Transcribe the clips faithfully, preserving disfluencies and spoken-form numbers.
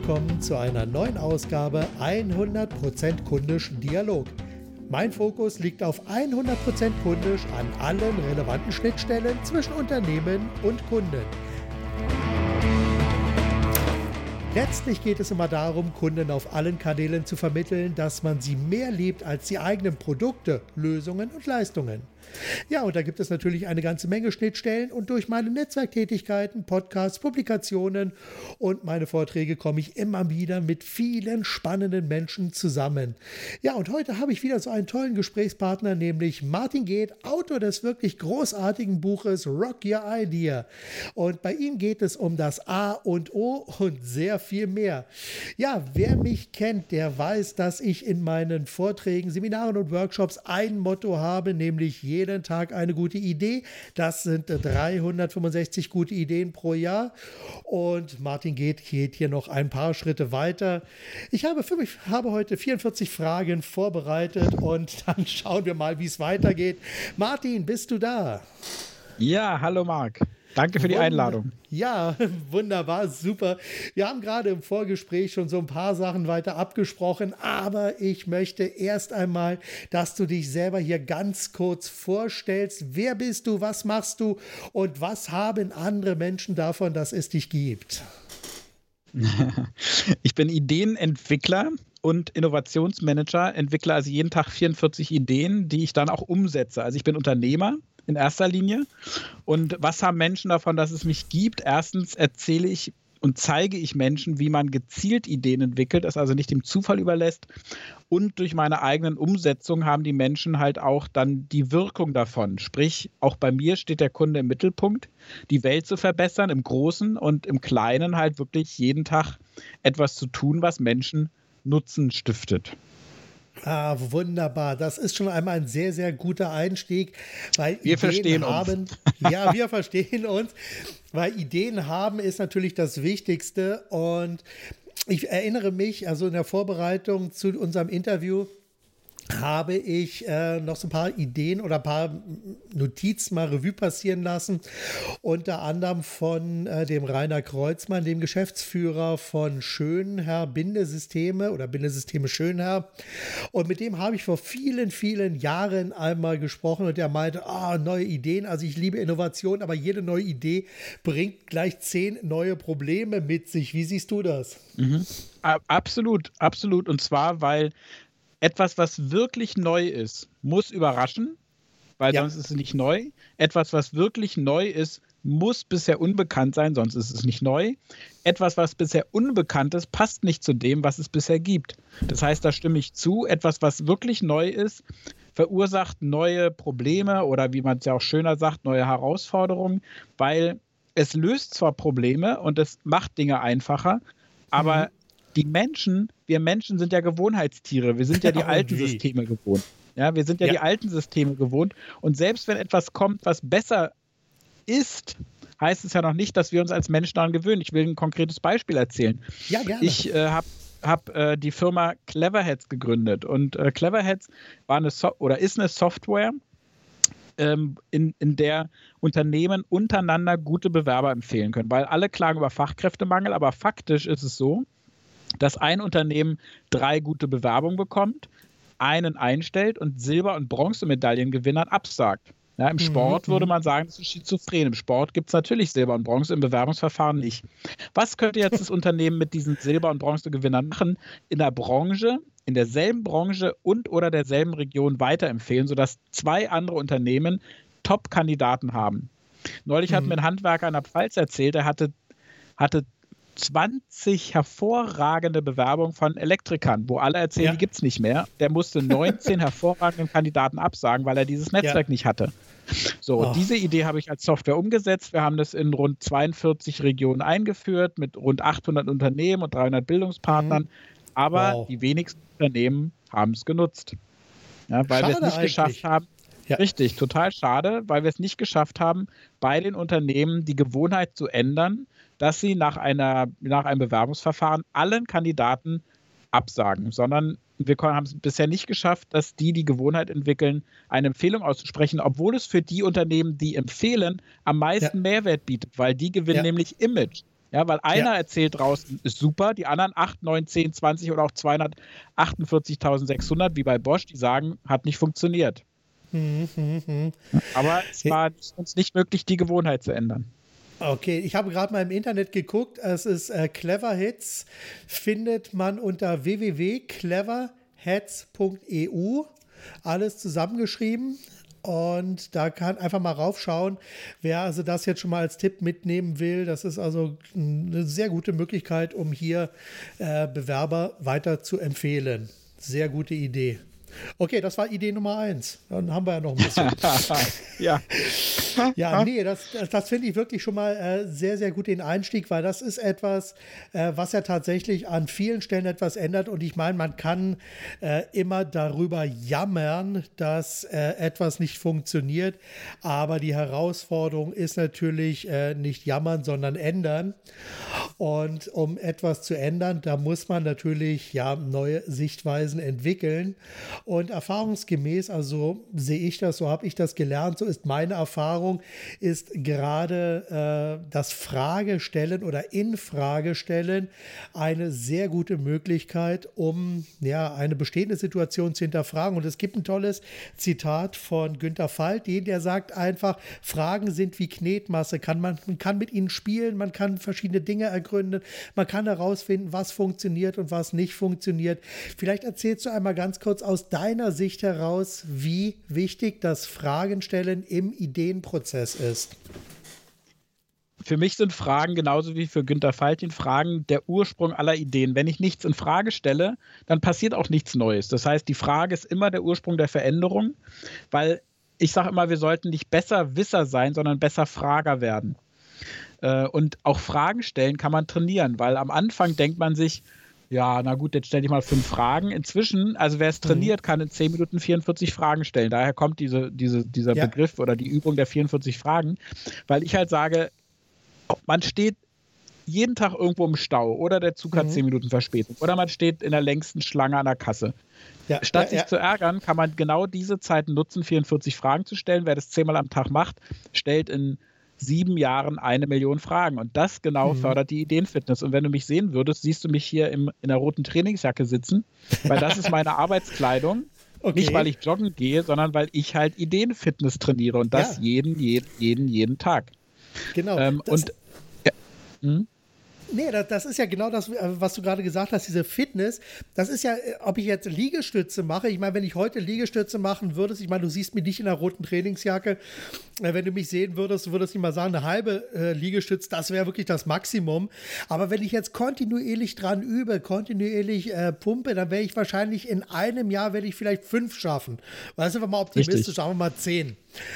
willkommen zu einer neuen Ausgabe hundert Prozent kundisch Dialog. Mein Fokus liegt auf hundert Prozent kundisch an allen relevanten Schnittstellen zwischen Unternehmen und Kunden. Letztlich geht es immer darum, Kunden auf allen Kanälen zu vermitteln, dass man sie mehr liebt als die eigenen Produkte, Lösungen und Leistungen. Ja, und da gibt es natürlich eine ganze Menge Schnittstellen und durch meine Netzwerktätigkeiten, Podcasts, Publikationen und meine Vorträge komme ich immer wieder mit vielen spannenden Menschen zusammen. Ja, und heute habe ich wieder so einen tollen Gesprächspartner, nämlich Martin Geht, Autor des wirklich großartigen Buches Rock Your Idea. Und bei ihm geht es um das A und O und sehr viel mehr. Ja, wer mich kennt, der weiß, dass ich in meinen Vorträgen, Seminaren und Workshops ein Motto habe, nämlich jeden Tag eine gute Idee. Das sind dreihundertfünfundsechzig gute Ideen pro Jahr. Und Martin Geht geht hier noch ein paar Schritte weiter. Ich habe, für mich, habe heute vierundvierzig Fragen vorbereitet und dann schauen wir mal, wie es weitergeht. Martin, bist du da? Ja, hallo Marc. Danke für die Einladung. Ja, wunderbar, super. Wir haben gerade im Vorgespräch schon so ein paar Sachen weiter abgesprochen, aber ich möchte erst einmal, dass du dich selber hier ganz kurz vorstellst. Wer bist du, was machst du und was haben andere Menschen davon, dass es dich gibt? Ich bin Ideenentwickler und Innovationsmanager, entwickle also jeden Tag vierundvierzig Ideen, die ich dann auch umsetze. Also ich bin Unternehmer in erster Linie. Und was haben Menschen davon, dass es mich gibt? Erstens erzähle ich und zeige ich Menschen, wie man gezielt Ideen entwickelt, das also nicht dem Zufall überlässt. Und durch meine eigenen Umsetzungen haben die Menschen halt auch dann die Wirkung davon. Sprich, auch bei mir steht der Kunde im Mittelpunkt, die Welt zu verbessern, im Großen und im Kleinen halt wirklich jeden Tag etwas zu tun, was Menschen Nutzen stiftet. Ah, wunderbar. Das ist schon einmal ein sehr, sehr guter Einstieg, weil wir Ideen verstehen haben, uns. Ja, wir verstehen uns, weil Ideen haben ist natürlich das Wichtigste. Und ich erinnere mich, also in der Vorbereitung zu unserem Interview habe ich äh, noch so ein paar Ideen oder ein paar Notizen mal Revue passieren lassen. Unter anderem von äh, dem Rainer Kreuzmann, dem Geschäftsführer von Schönherr Bindesysteme oder Bindesysteme Schönherr. Und mit dem habe ich vor vielen, vielen Jahren einmal gesprochen und der meinte, ah, neue Ideen, also ich liebe Innovation, aber jede neue Idee bringt gleich zehn neue Probleme mit sich. Wie siehst du das? Mhm. Absolut, absolut. Und zwar, weil etwas, was wirklich neu ist, muss überraschen, weil ja. sonst ist es nicht neu. Etwas, was wirklich neu ist, muss bisher unbekannt sein, sonst ist es nicht neu. Etwas, was bisher unbekannt ist, passt nicht zu dem, was es bisher gibt. Das heißt, da stimme ich zu. Etwas, was wirklich neu ist, verursacht neue Probleme oder wie man es ja auch schöner sagt, neue Herausforderungen, weil es löst zwar Probleme und es macht Dinge einfacher, aber mhm. die Menschen, wir Menschen sind ja Gewohnheitstiere. Wir sind ja die alten wie? Systeme gewohnt. Ja, wir sind ja, ja die alten Systeme gewohnt. Und selbst wenn etwas kommt, was besser ist, heißt es ja noch nicht, dass wir uns als Menschen daran gewöhnen. Ich will ein konkretes Beispiel erzählen. Ja, gerne. Ich äh, habe hab, äh, die Firma Cleverheads gegründet. Und äh, Cleverheads war eine so- oder ist eine Software, ähm, in, in der Unternehmen untereinander gute Bewerber empfehlen können. Weil alle klagen über Fachkräftemangel, aber faktisch ist es so, dass ein Unternehmen drei gute Bewerbungen bekommt, einen einstellt und Silber- und Bronzemedaillengewinnern absagt. Ja, im Sport mhm. würde man sagen, das ist schizophren. Im Sport gibt es natürlich Silber und Bronze, im Bewerbungsverfahren nicht. Was könnte jetzt das Unternehmen mit diesen Silber- und Bronzegewinnern machen? In der Branche, in derselben Branche und oder derselben Region weiterempfehlen, sodass zwei andere Unternehmen Top-Kandidaten haben. Neulich mhm. hat mir ein Handwerker in der Pfalz erzählt, er hatte, hatte zwanzig hervorragende Bewerbungen von Elektrikern, wo alle erzählen, ja. die gibt es nicht mehr. Der musste neunzehn hervorragenden Kandidaten absagen, weil er dieses Netzwerk ja. nicht hatte. So, oh. diese Idee habe ich als Software umgesetzt. Wir haben das in rund zweiundvierzig Regionen eingeführt, mit rund achthundert Unternehmen und dreihundert Bildungspartnern. Mhm. Aber wow. die wenigsten Unternehmen haben es genutzt. Ja, weil wir es nicht eigentlich. geschafft haben. Ja. Richtig, total schade, weil wir es nicht geschafft haben, bei den Unternehmen die Gewohnheit zu ändern, dass sie nach, einer, nach einem Bewerbungsverfahren allen Kandidaten absagen, sondern wir haben es bisher nicht geschafft, dass die die Gewohnheit entwickeln, eine Empfehlung auszusprechen, obwohl es für die Unternehmen, die empfehlen, am meisten ja. Mehrwert bietet, weil die gewinnen ja. nämlich Image. Ja, weil einer Ja. erzählt draußen, ist super, die anderen acht, neun, zehn, zwanzig oder auch zweihundertachtundvierzigtausendsechshundert, wie bei Bosch, die sagen, hat nicht funktioniert. Hm, hm, hm. Aber es war uns nicht möglich, die Gewohnheit zu ändern. Okay, ich habe gerade mal im Internet geguckt. Es ist äh, Clever Hits, findet man unter w w w punkt clever hits punkt e u. Alles zusammengeschrieben. Und da kann einfach mal raufschauen, wer also das jetzt schon mal als Tipp mitnehmen will. Das ist also eine sehr gute Möglichkeit, um hier äh, Bewerber weiter zu empfehlen. Sehr gute Idee. Okay, das war Idee Nummer eins. Dann haben wir ja noch ein bisschen. Ja. Ja, nee, das, das, das finde ich wirklich schon mal äh, sehr, sehr gut den Einstieg, weil das ist etwas, äh, was ja tatsächlich an vielen Stellen etwas ändert. Und ich meine, man kann äh, immer darüber jammern, dass äh, etwas nicht funktioniert. Aber die Herausforderung ist natürlich äh, nicht jammern, sondern ändern. Und um etwas zu ändern, da muss man natürlich ja neue Sichtweisen entwickeln. Und erfahrungsgemäß, also sehe ich das, so habe ich das gelernt, so ist meine Erfahrung, ist gerade äh, das Fragestellen oder Infragestellen eine sehr gute Möglichkeit, um ja eine bestehende Situation zu hinterfragen. Und es gibt ein tolles Zitat von Günter Falt, den der sagt einfach, Fragen sind wie Knetmasse, kann man, man kann mit ihnen spielen, man kann verschiedene Dinge ergründen, man kann herausfinden, was funktioniert und was nicht funktioniert. Vielleicht erzählst du einmal ganz kurz aus deiner Sicht heraus, wie wichtig das Fragenstellen im Ideenprozess ist. Für mich sind Fragen genauso wie für Günter Faltin Fragen der Ursprung aller Ideen. Wenn ich nichts in Frage stelle, dann passiert auch nichts Neues. Das heißt, die Frage ist immer der Ursprung der Veränderung, weil ich sage immer, wir sollten nicht besser Wisser sein, sondern besser Frager werden. Und auch Fragen stellen kann man trainieren, weil am Anfang denkt man sich, ja, na gut, jetzt stelle ich mal fünf Fragen. Inzwischen, also wer es trainiert, kann in zehn Minuten vierundvierzig Fragen stellen. Daher kommt diese, diese, dieser ja. Begriff oder die Übung der vierundvierzig Fragen, weil ich halt sage, man steht jeden Tag irgendwo im Stau oder der Zug hat mhm. zehn Minuten Verspätung oder man steht in der längsten Schlange an der Kasse. Ja, Statt ja, sich ja. zu ärgern, kann man genau diese Zeit nutzen, vierundvierzig Fragen zu stellen. Wer das zehnmal am Tag macht, stellt in sieben Jahren eine Million Fragen. Und das genau mhm. fördert die Ideenfitness. Und wenn du mich sehen würdest, siehst du mich hier im, in der roten Trainingsjacke sitzen, weil das ist meine Arbeitskleidung. Okay. Nicht, weil ich joggen gehe, sondern weil ich halt Ideenfitness trainiere. Und das ja. jeden, jeden, jeden, jeden Tag. Genau. Ähm, und ja. hm? Nee, das, das ist ja genau das, was du gerade gesagt hast, diese Fitness. Das ist ja, ob ich jetzt Liegestütze mache. Ich meine, wenn ich heute Liegestütze machen würdest, ich meine, du siehst mich nicht in einer roten Trainingsjacke. Wenn du mich sehen würdest, du würdest nicht mal sagen, eine halbe äh, Liegestütze, das wäre wirklich das Maximum. Aber wenn ich jetzt kontinuierlich dran übe, kontinuierlich äh, pumpe, dann wäre ich wahrscheinlich in einem Jahr, werde ich vielleicht fünf schaffen. Weißt du, wenn wir mal optimistisch, sagen wir mal zehn.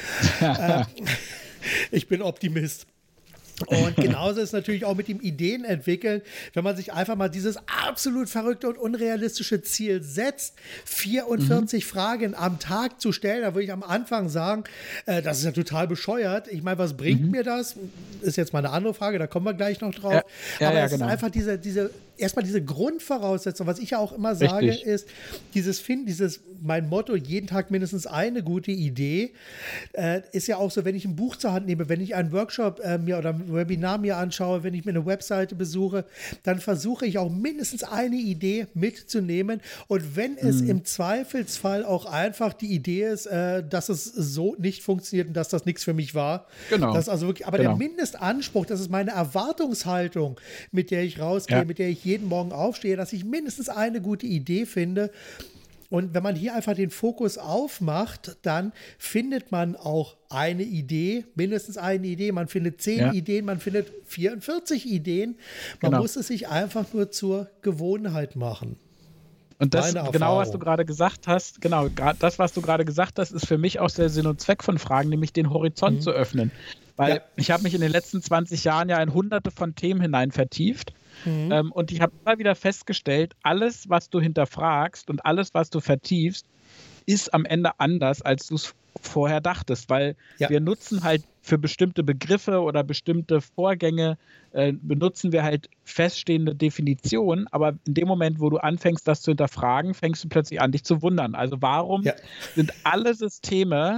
äh, ich bin Optimist. Und genauso ist es natürlich auch mit dem Ideen entwickeln, wenn man sich einfach mal dieses absolut verrückte und unrealistische Ziel setzt, vierundvierzig mhm. Fragen am Tag zu stellen. Da würde ich am Anfang sagen, äh, das ist ja total bescheuert. Ich meine, was bringt mhm. mir das? Ist jetzt mal eine andere Frage, da kommen wir gleich noch drauf. Ja, ja, Aber ja, es genau. ist einfach diese, diese erstmal diese Grundvoraussetzung, was ich ja auch immer sage, Richtig. ist, dieses Finden, dieses, mein Motto, jeden Tag mindestens eine gute Idee, äh, ist ja auch so, wenn ich ein Buch zur Hand nehme, wenn ich einen Workshop äh, mir oder ein Webinar mir anschaue, wenn ich mir eine Webseite besuche, dann versuche ich auch mindestens eine Idee mitzunehmen und wenn es mhm. im Zweifelsfall auch einfach die Idee ist, äh, dass es so nicht funktioniert und dass das nichts für mich war. Genau. Das ist also wirklich, aber genau. der Mindestanspruch, das ist meine Erwartungshaltung, mit der ich rausgehe, ja. mit der ich jeden Morgen aufstehe, dass ich mindestens eine gute Idee finde. Und wenn man hier einfach den Fokus aufmacht, dann findet man auch eine Idee, mindestens eine Idee. Man findet zehn ja. Ideen, man findet vierundvierzig Ideen. Man genau. muss es sich einfach nur zur Gewohnheit machen. Und das, genau was du gerade gesagt hast, genau, das, was du gerade gesagt hast, ist für mich auch der Sinn und Zweck von Fragen, nämlich den Horizont mhm. zu öffnen. Weil ja. ich habe mich in den letzten zwanzig Jahren ja in hunderte von Themen hinein vertieft. Mhm. Ähm, und ich habe immer wieder festgestellt, alles, was du hinterfragst und alles, was du vertiefst, ist am Ende anders, als du es vorher dachtest, weil ja. wir nutzen halt für bestimmte Begriffe oder bestimmte Vorgänge, äh, benutzen wir halt feststehende Definitionen, aber in dem Moment, wo du anfängst, das zu hinterfragen, fängst du plötzlich an, dich zu wundern. Also warum ja. sind alle Systeme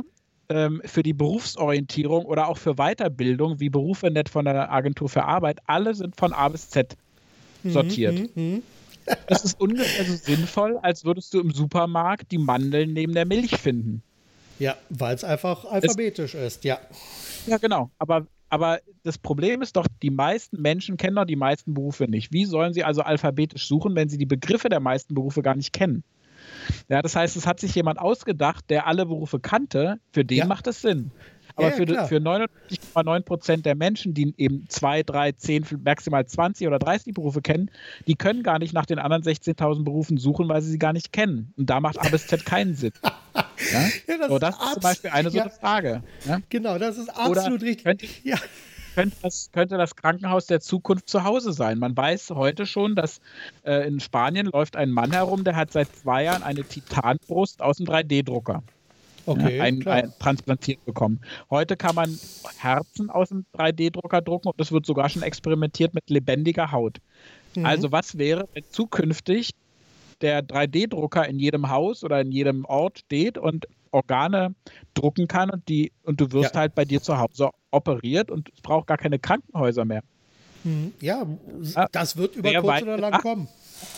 ähm, für die Berufsorientierung oder auch für Weiterbildung, wie Berufe.net von der Agentur für Arbeit, alle sind von A bis Z sortiert. Mhm, mhm. Das ist ungefähr so sinnvoll, als würdest du im Supermarkt die Mandeln neben der Milch finden. Ja, weil es einfach alphabetisch es, ist, ja. Ja, genau. Aber, aber das Problem ist doch, die meisten Menschen kennen doch die meisten Berufe nicht. Wie sollen sie also alphabetisch suchen, wenn sie die Begriffe der meisten Berufe gar nicht kennen? Ja, das heißt, es hat sich jemand ausgedacht, der alle Berufe kannte, für den Ja. macht es Sinn. Aber Ja, für, klar. für neunundneunzig Komma neun Prozent der Menschen, die eben zwei, drei, zehn, maximal zwanzig oder dreißig Berufe kennen, die können gar nicht nach den anderen sechzehntausend Berufen suchen, weil sie sie gar nicht kennen. Und da macht A bis Z keinen Sinn. Ja? Ja, das so, das ist abs- zum Beispiel eine so ja. eine Frage. Ja? Genau, das ist Oder absolut richtig. könnte, Ja. könnte, das, könnte das Krankenhaus der Zukunft zu Hause sein? Man weiß heute schon, dass äh, in Spanien läuft ein Mann herum, der hat seit zwei Jahren eine Titanbrust aus dem drei D Drucker. Okay, Ja, ein, klar. ein, transplantiert bekommen. Heute kann man Herzen aus dem drei D Drucker drucken und es wird sogar schon experimentiert mit lebendiger Haut. Mhm. Also was wäre, wenn zukünftig der drei D Drucker in jedem Haus oder in jedem Ort steht und Organe drucken kann und, die, und du wirst Ja. halt bei dir zu Hause operiert und es braucht gar keine Krankenhäuser mehr. Mhm. Ja, Ja, das wird über sehr kurz weit oder lang gedacht. kommen.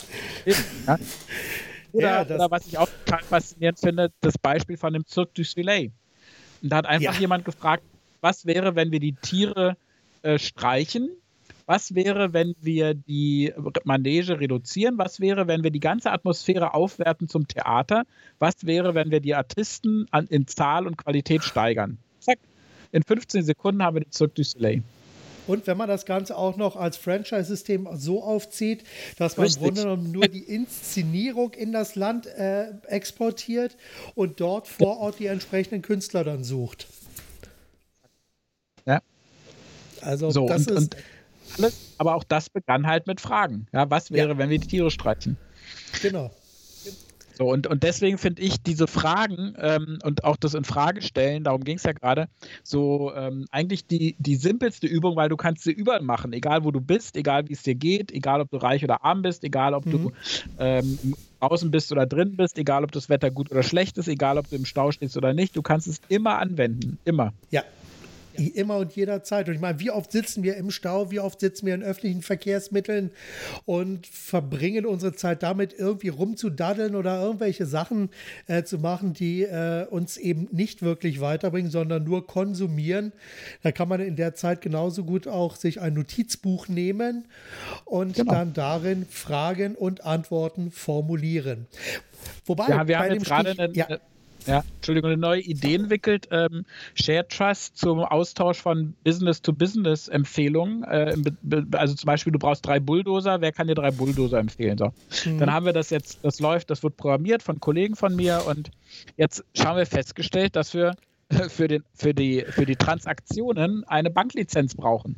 Ja. Oder, Ja, das- oder was ich auch total faszinierend finde, das Beispiel von dem Cirque du Soleil. Und da hat einfach Ja. jemand gefragt, was wäre, wenn wir die Tiere äh, streichen? Was wäre, wenn wir die Manege reduzieren? Was wäre, wenn wir die ganze Atmosphäre aufwerten zum Theater? Was wäre, wenn wir die Artisten an, in Zahl und Qualität steigern? Zack. In fünfzehn Sekunden haben wir den Cirque du Soleil. Und wenn man das Ganze auch noch als Franchise-System so aufzieht, dass man Richtig. im Grunde genommen nur die Inszenierung in das Land äh, exportiert und dort vor Ort die entsprechenden Künstler dann sucht. Ja. Also So, das und, ist und alles, aber auch das begann halt mit Fragen. Ja, was wäre, Ja. wenn wir die Tiere streichen? genau. So, und, und deswegen finde ich diese Fragen ähm, und auch das Infragestellen, darum ging es ja gerade, so ähm, eigentlich die, die simpelste Übung, weil du kannst sie überall machen, egal wo du bist, egal wie es dir geht, egal ob du reich oder arm bist, egal ob Mhm. du ähm, draußen bist oder drin bist, egal ob das Wetter gut oder schlecht ist, egal ob du im Stau stehst oder nicht, du kannst es immer anwenden, immer. Ja. Immer und jederzeit. Und ich meine, wie oft sitzen wir im Stau, wie oft sitzen wir in öffentlichen Verkehrsmitteln und verbringen unsere Zeit damit, irgendwie rumzudaddeln oder irgendwelche Sachen äh, zu machen, die äh, uns eben nicht wirklich weiterbringen, sondern nur konsumieren. Da kann man in der Zeit genauso gut auch sich ein Notizbuch nehmen und Genau. dann darin Fragen und Antworten formulieren. Wobei, Ja, wir bei haben dem jetzt gerade Stich- eine, ja, eine, ja, Entschuldigung, eine neue Idee entwickelt, ähm, Shared Trust zum Austausch von Business-to-Business-Empfehlungen. Äh, im Be- be- also zum Beispiel, du brauchst drei Bulldozer, wer kann dir drei Bulldozer empfehlen? So. Mhm. Dann haben wir das jetzt, das läuft, das wird programmiert von Kollegen von mir und jetzt haben wir festgestellt, dass wir äh, für, den, für, die, für die Transaktionen eine Banklizenz brauchen.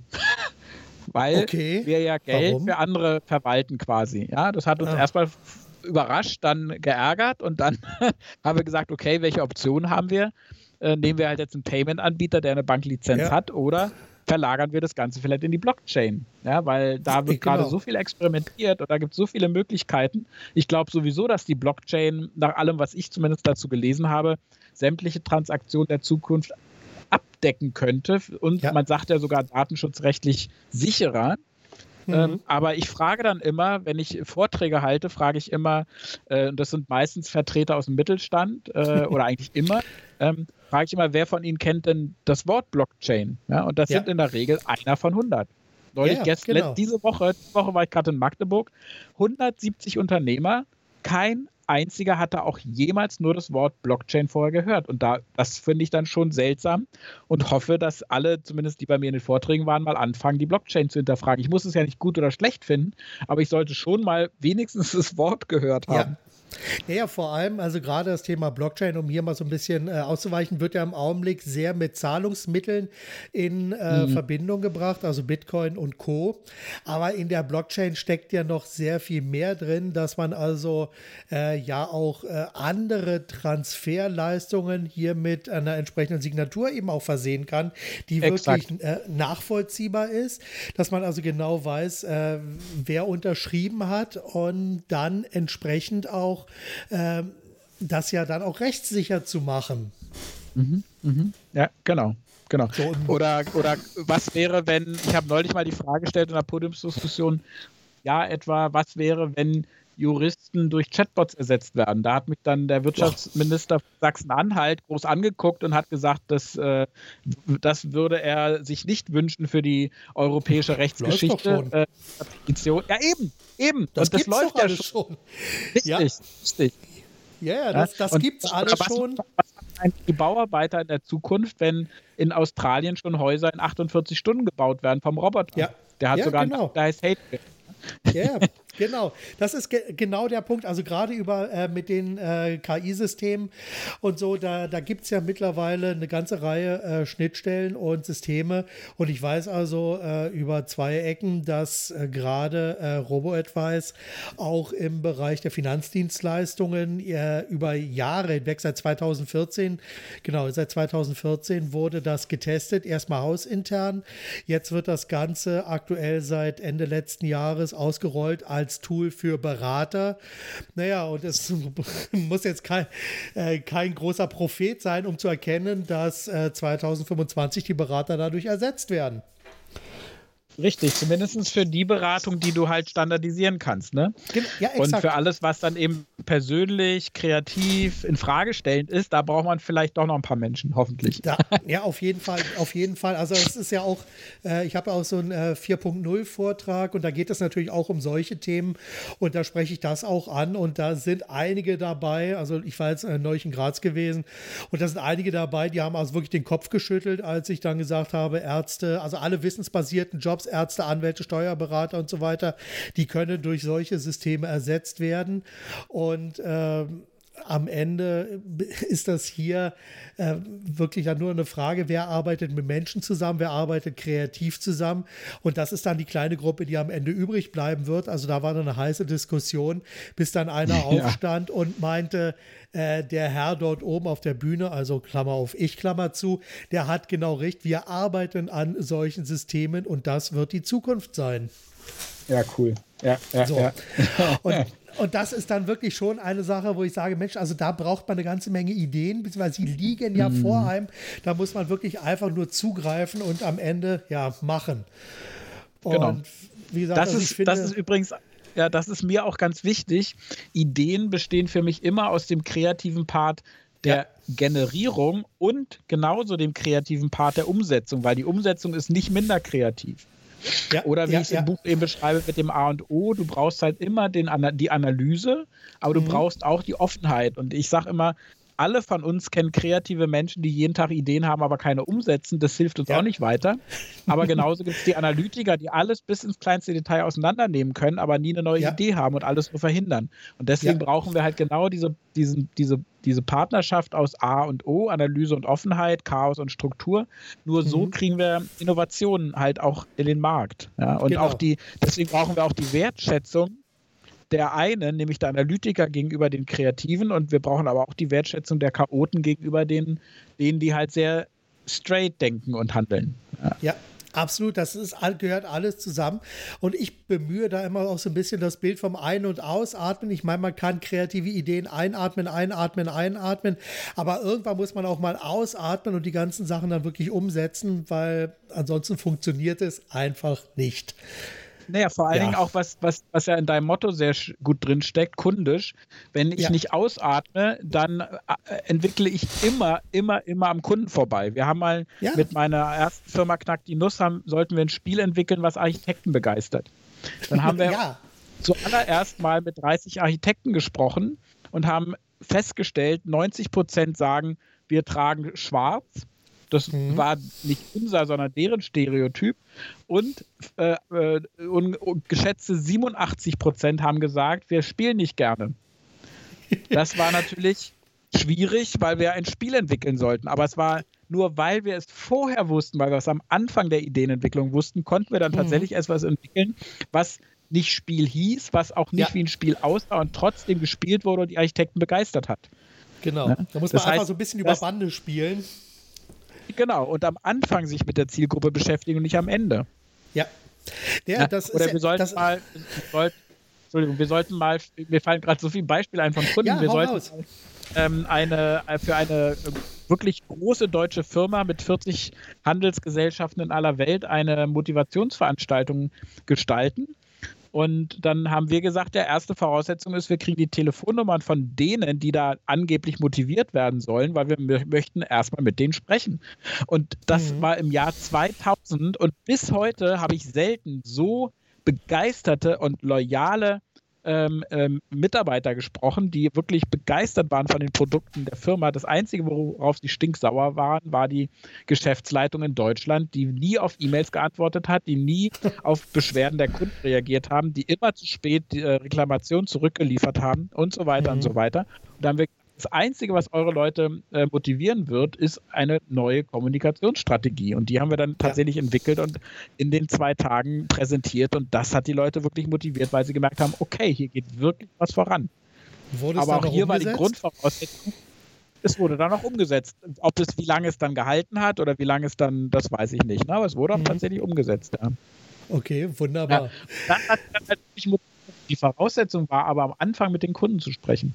Weil Okay. wir ja Geld Warum? für andere verwalten quasi. Ja, das hat uns Ah. erstmal überrascht, dann geärgert und dann haben wir gesagt, okay, welche Optionen haben wir? Äh, nehmen wir halt jetzt einen Payment-Anbieter, der eine Banklizenz Ja. hat, oder verlagern wir das Ganze vielleicht in die Blockchain? Ja, weil da wird Genau. gerade so viel experimentiert und da gibt es so viele Möglichkeiten. Ich glaube sowieso, dass die Blockchain, nach allem, was ich zumindest dazu gelesen habe, sämtliche Transaktionen der Zukunft abdecken könnte und Ja. man sagt ja sogar datenschutzrechtlich sicherer. Mhm. Ähm, aber ich frage dann immer, wenn ich Vorträge halte, frage ich immer, äh, und das sind meistens Vertreter aus dem Mittelstand äh, oder eigentlich immer, ähm, frage ich immer, wer von Ihnen kennt denn das Wort Blockchain? Ja, und das Ja. sind in der Regel einer von hundert. Neulich, Ja, gest- genau. let- diese Woche, diese Woche war ich gerade in Magdeburg, hundertsiebzig Unternehmer, kein einziger hatte auch jemals nur das Wort Blockchain vorher gehört. Und da, das finde ich dann schon seltsam und hoffe, dass alle, zumindest die bei mir in den Vorträgen waren, mal anfangen, die Blockchain zu hinterfragen. Ich muss es ja nicht gut oder schlecht finden, aber ich sollte schon mal wenigstens das Wort gehört haben. Ja. Ja, ja, vor allem, also gerade das Thema Blockchain, um hier mal so ein bisschen äh, auszuweichen, wird ja im Augenblick sehr mit Zahlungsmitteln in äh, Mhm. Verbindung gebracht, also Bitcoin und Co. Aber in der Blockchain steckt ja noch sehr viel mehr drin, dass man also äh, ja auch äh, andere Transferleistungen hier mit einer entsprechenden Signatur eben auch versehen kann, die Exakt. wirklich äh, nachvollziehbar ist, dass man also genau weiß, äh, wer unterschrieben hat und dann entsprechend auch ähm, das ja dann auch rechtssicher zu machen. Mhm, mhm. Ja, genau. Genau. So, oder, oder was wäre, wenn, ich habe neulich mal die Frage gestellt in der Podiumsdiskussion, ja, etwa, was wäre, wenn Juristen durch Chatbots ersetzt werden? Da hat mich dann der Wirtschaftsminister von Sachsen-Anhalt groß angeguckt und hat gesagt, dass, äh, das würde er sich nicht wünschen für die europäische Rechtsgeschichte. Läuft doch schon. Äh, ja, eben, eben. Das, und das läuft ja alles schon. schon. Richtig, Ja. richtig. Ja, ja, das, das Und gibt's alles was, schon. Was machen die Bauarbeiter in der Zukunft, wenn in Australien schon Häuser in achtundvierzig Stunden gebaut werden vom Roboter? Ja. Der hat Ja, sogar genau. einen, der heißt Hate. Ja, genau. Das ist ge genau der Punkt. Also gerade über äh, mit den äh, K I-Systemen und so, da, da gibt es ja mittlerweile eine ganze Reihe äh, Schnittstellen und Systeme. Und ich weiß also äh, über zwei Ecken, dass äh, gerade äh, RoboAdvice auch im Bereich der Finanzdienstleistungen äh, über Jahre hinweg, seit zweitausendvierzehn, genau, seit zweitausendvierzehn wurde das getestet, erstmal hausintern. Jetzt wird das Ganze aktuell seit Ende letzten Jahres ausgerollt als Tool für Berater. Naja, und es muss jetzt kein, äh, kein großer Prophet sein, um zu erkennen, dass äh, zweitausendfünfundzwanzig die Berater dadurch ersetzt werden. Richtig, zumindest für die Beratung, die du halt standardisieren kannst, ne? Ja, exakt. Und für alles, was dann eben persönlich, kreativ, in Frage stellend ist, da braucht man vielleicht doch noch ein paar Menschen, hoffentlich. Da, ja, auf jeden Fall, auf jeden Fall. Also es ist ja auch, äh, ich habe auch so einen äh, vier Punkt null Vortrag und da geht es natürlich auch um solche Themen und da spreche ich das auch an und da sind einige dabei, also ich war jetzt äh, neulich in Graz gewesen und da sind einige dabei, die haben also wirklich den Kopf geschüttelt, als ich dann gesagt habe, Ärzte, also alle wissensbasierten Jobs, Ärzte, Anwälte, Steuerberater und so weiter, die können durch solche Systeme ersetzt werden. Und ähm, am Ende ist das hier äh, wirklich dann nur eine Frage, wer arbeitet mit Menschen zusammen, wer arbeitet kreativ zusammen. Und das ist dann die kleine Gruppe, die am Ende übrig bleiben wird. Also da war dann eine heiße Diskussion, bis dann einer ja. aufstand und meinte, äh, der Herr dort oben auf der Bühne, also Klammer auf ich, Klammer zu, der hat genau recht. Wir arbeiten an solchen Systemen und das wird die Zukunft sein. Ja, cool. Ja, ja, so. ja. Und, und das ist dann wirklich schon eine Sache, wo ich sage, Mensch, also da braucht man eine ganze Menge Ideen, beziehungsweise sie liegen ja mm. vor einem. Da muss man wirklich einfach nur zugreifen und am Ende ja machen. Und genau. wie gesagt, das, also ist, ich finde, das ist übrigens, ja, das ist mir auch ganz wichtig. Ideen bestehen für mich immer aus dem kreativen Part der ja. Generierung und genauso dem kreativen Part der Umsetzung, weil die Umsetzung ist nicht minder kreativ. Ja, Oder wie ja, ich es ja. im Buch eben beschreibe mit dem A und O, du brauchst halt immer den, die Analyse, aber du mhm. brauchst auch die Offenheit. Und ich sage immer, alle von uns kennen kreative Menschen, die jeden Tag Ideen haben, aber keine umsetzen. Das hilft uns ja. auch nicht weiter. Aber genauso gibt es die Analytiker, die alles bis ins kleinste Detail auseinandernehmen können, aber nie eine neue ja. Idee haben und alles nur verhindern. Und deswegen ja. brauchen wir halt genau diese, diesen, diese, diese Partnerschaft aus A und O, Analyse und Offenheit, Chaos und Struktur. Nur so mhm. kriegen wir Innovationen halt auch in den Markt. Ja? Und genau. auch die, deswegen brauchen wir auch die Wertschätzung der einen, nämlich der Analytiker gegenüber den Kreativen, und wir brauchen aber auch die Wertschätzung der Chaoten gegenüber den, denen, die halt sehr straight denken und handeln. Ja, ja absolut. Das ist, gehört alles zusammen. Und ich bemühe da immer auch so ein bisschen das Bild vom Ein- und Ausatmen. Ich meine, man kann kreative Ideen einatmen, einatmen, einatmen, aber irgendwann muss man auch mal ausatmen und die ganzen Sachen dann wirklich umsetzen, weil ansonsten funktioniert es einfach nicht. Naja, vor allen ja. Dingen auch, was, was, was ja in deinem Motto sehr gut drin steckt, kundisch. Wenn ich ja. nicht ausatme, dann äh, entwickle ich immer, immer, immer am Kunden vorbei. Wir haben mal ja. mit meiner ersten Firma Knack die Nuss, haben, sollten wir ein Spiel entwickeln, was Architekten begeistert. Dann haben wir ja. zuallererst mal mit dreißig Architekten gesprochen und haben festgestellt, neunzig Prozent sagen, wir tragen schwarz. Das mhm. war nicht unser, sondern deren Stereotyp. Und, äh, äh, und, und geschätzte siebenundachtzig Prozent haben gesagt, wir spielen nicht gerne. Das war natürlich schwierig, weil wir ein Spiel entwickeln sollten. Aber es war nur, weil wir es vorher wussten, weil wir es am Anfang der Ideenentwicklung wussten, konnten wir dann mhm. tatsächlich etwas entwickeln, was nicht Spiel hieß, was auch nicht ja. wie ein Spiel aussah und trotzdem gespielt wurde und die Architekten begeistert hat. Genau, ja? Da muss man das einfach heißt, so ein bisschen über Bande spielen. Genau, und am Anfang sich mit der Zielgruppe beschäftigen und nicht am Ende. Ja. Der, ja das oder ist wir sollten das mal, wir sollten, Entschuldigung, wir sollten mal, mir fallen gerade so viele Beispiele ein von Kunden, ja, wir hau sollten raus. ähm, eine, für eine wirklich große deutsche Firma mit vierzig Handelsgesellschaften in aller Welt eine Motivationsveranstaltung gestalten. Und dann haben wir gesagt, der erste Voraussetzung ist, wir kriegen die Telefonnummern von denen, die da angeblich motiviert werden sollen, weil wir mö- möchten erstmal mit denen sprechen. Und das Mhm. war im Jahr zweitausend und bis heute habe ich selten so begeisterte und loyale ähm, ähm, Mitarbeiter gesprochen, die wirklich begeistert waren von den Produkten der Firma. Das Einzige, worauf sie stinksauer waren, war die Geschäftsleitung in Deutschland, die nie auf E-Mails geantwortet hat, die nie auf Beschwerden der Kunden reagiert haben, die immer zu spät die äh, Reklamation zurückgeliefert haben und so weiter Mhm. und so weiter. Und dann haben wir das Einzige, was eure Leute äh, motivieren wird, ist eine neue Kommunikationsstrategie. Und die haben wir dann tatsächlich ja. entwickelt und in den zwei Tagen präsentiert. Und das hat die Leute wirklich motiviert, weil sie gemerkt haben, okay, hier geht wirklich was voran. Wurde es Aber dann auch noch hier war die umgesetzt? Grundvoraussetzung, es wurde dann auch umgesetzt. Ob es, wie lange es dann gehalten hat oder wie lange es dann, das weiß ich nicht. Ne? Aber es wurde auch Mhm. tatsächlich umgesetzt. Ja. Okay, wunderbar. Ja. Dann hat dann natürlich motiviert. Die Voraussetzung war aber am Anfang mit den Kunden zu sprechen.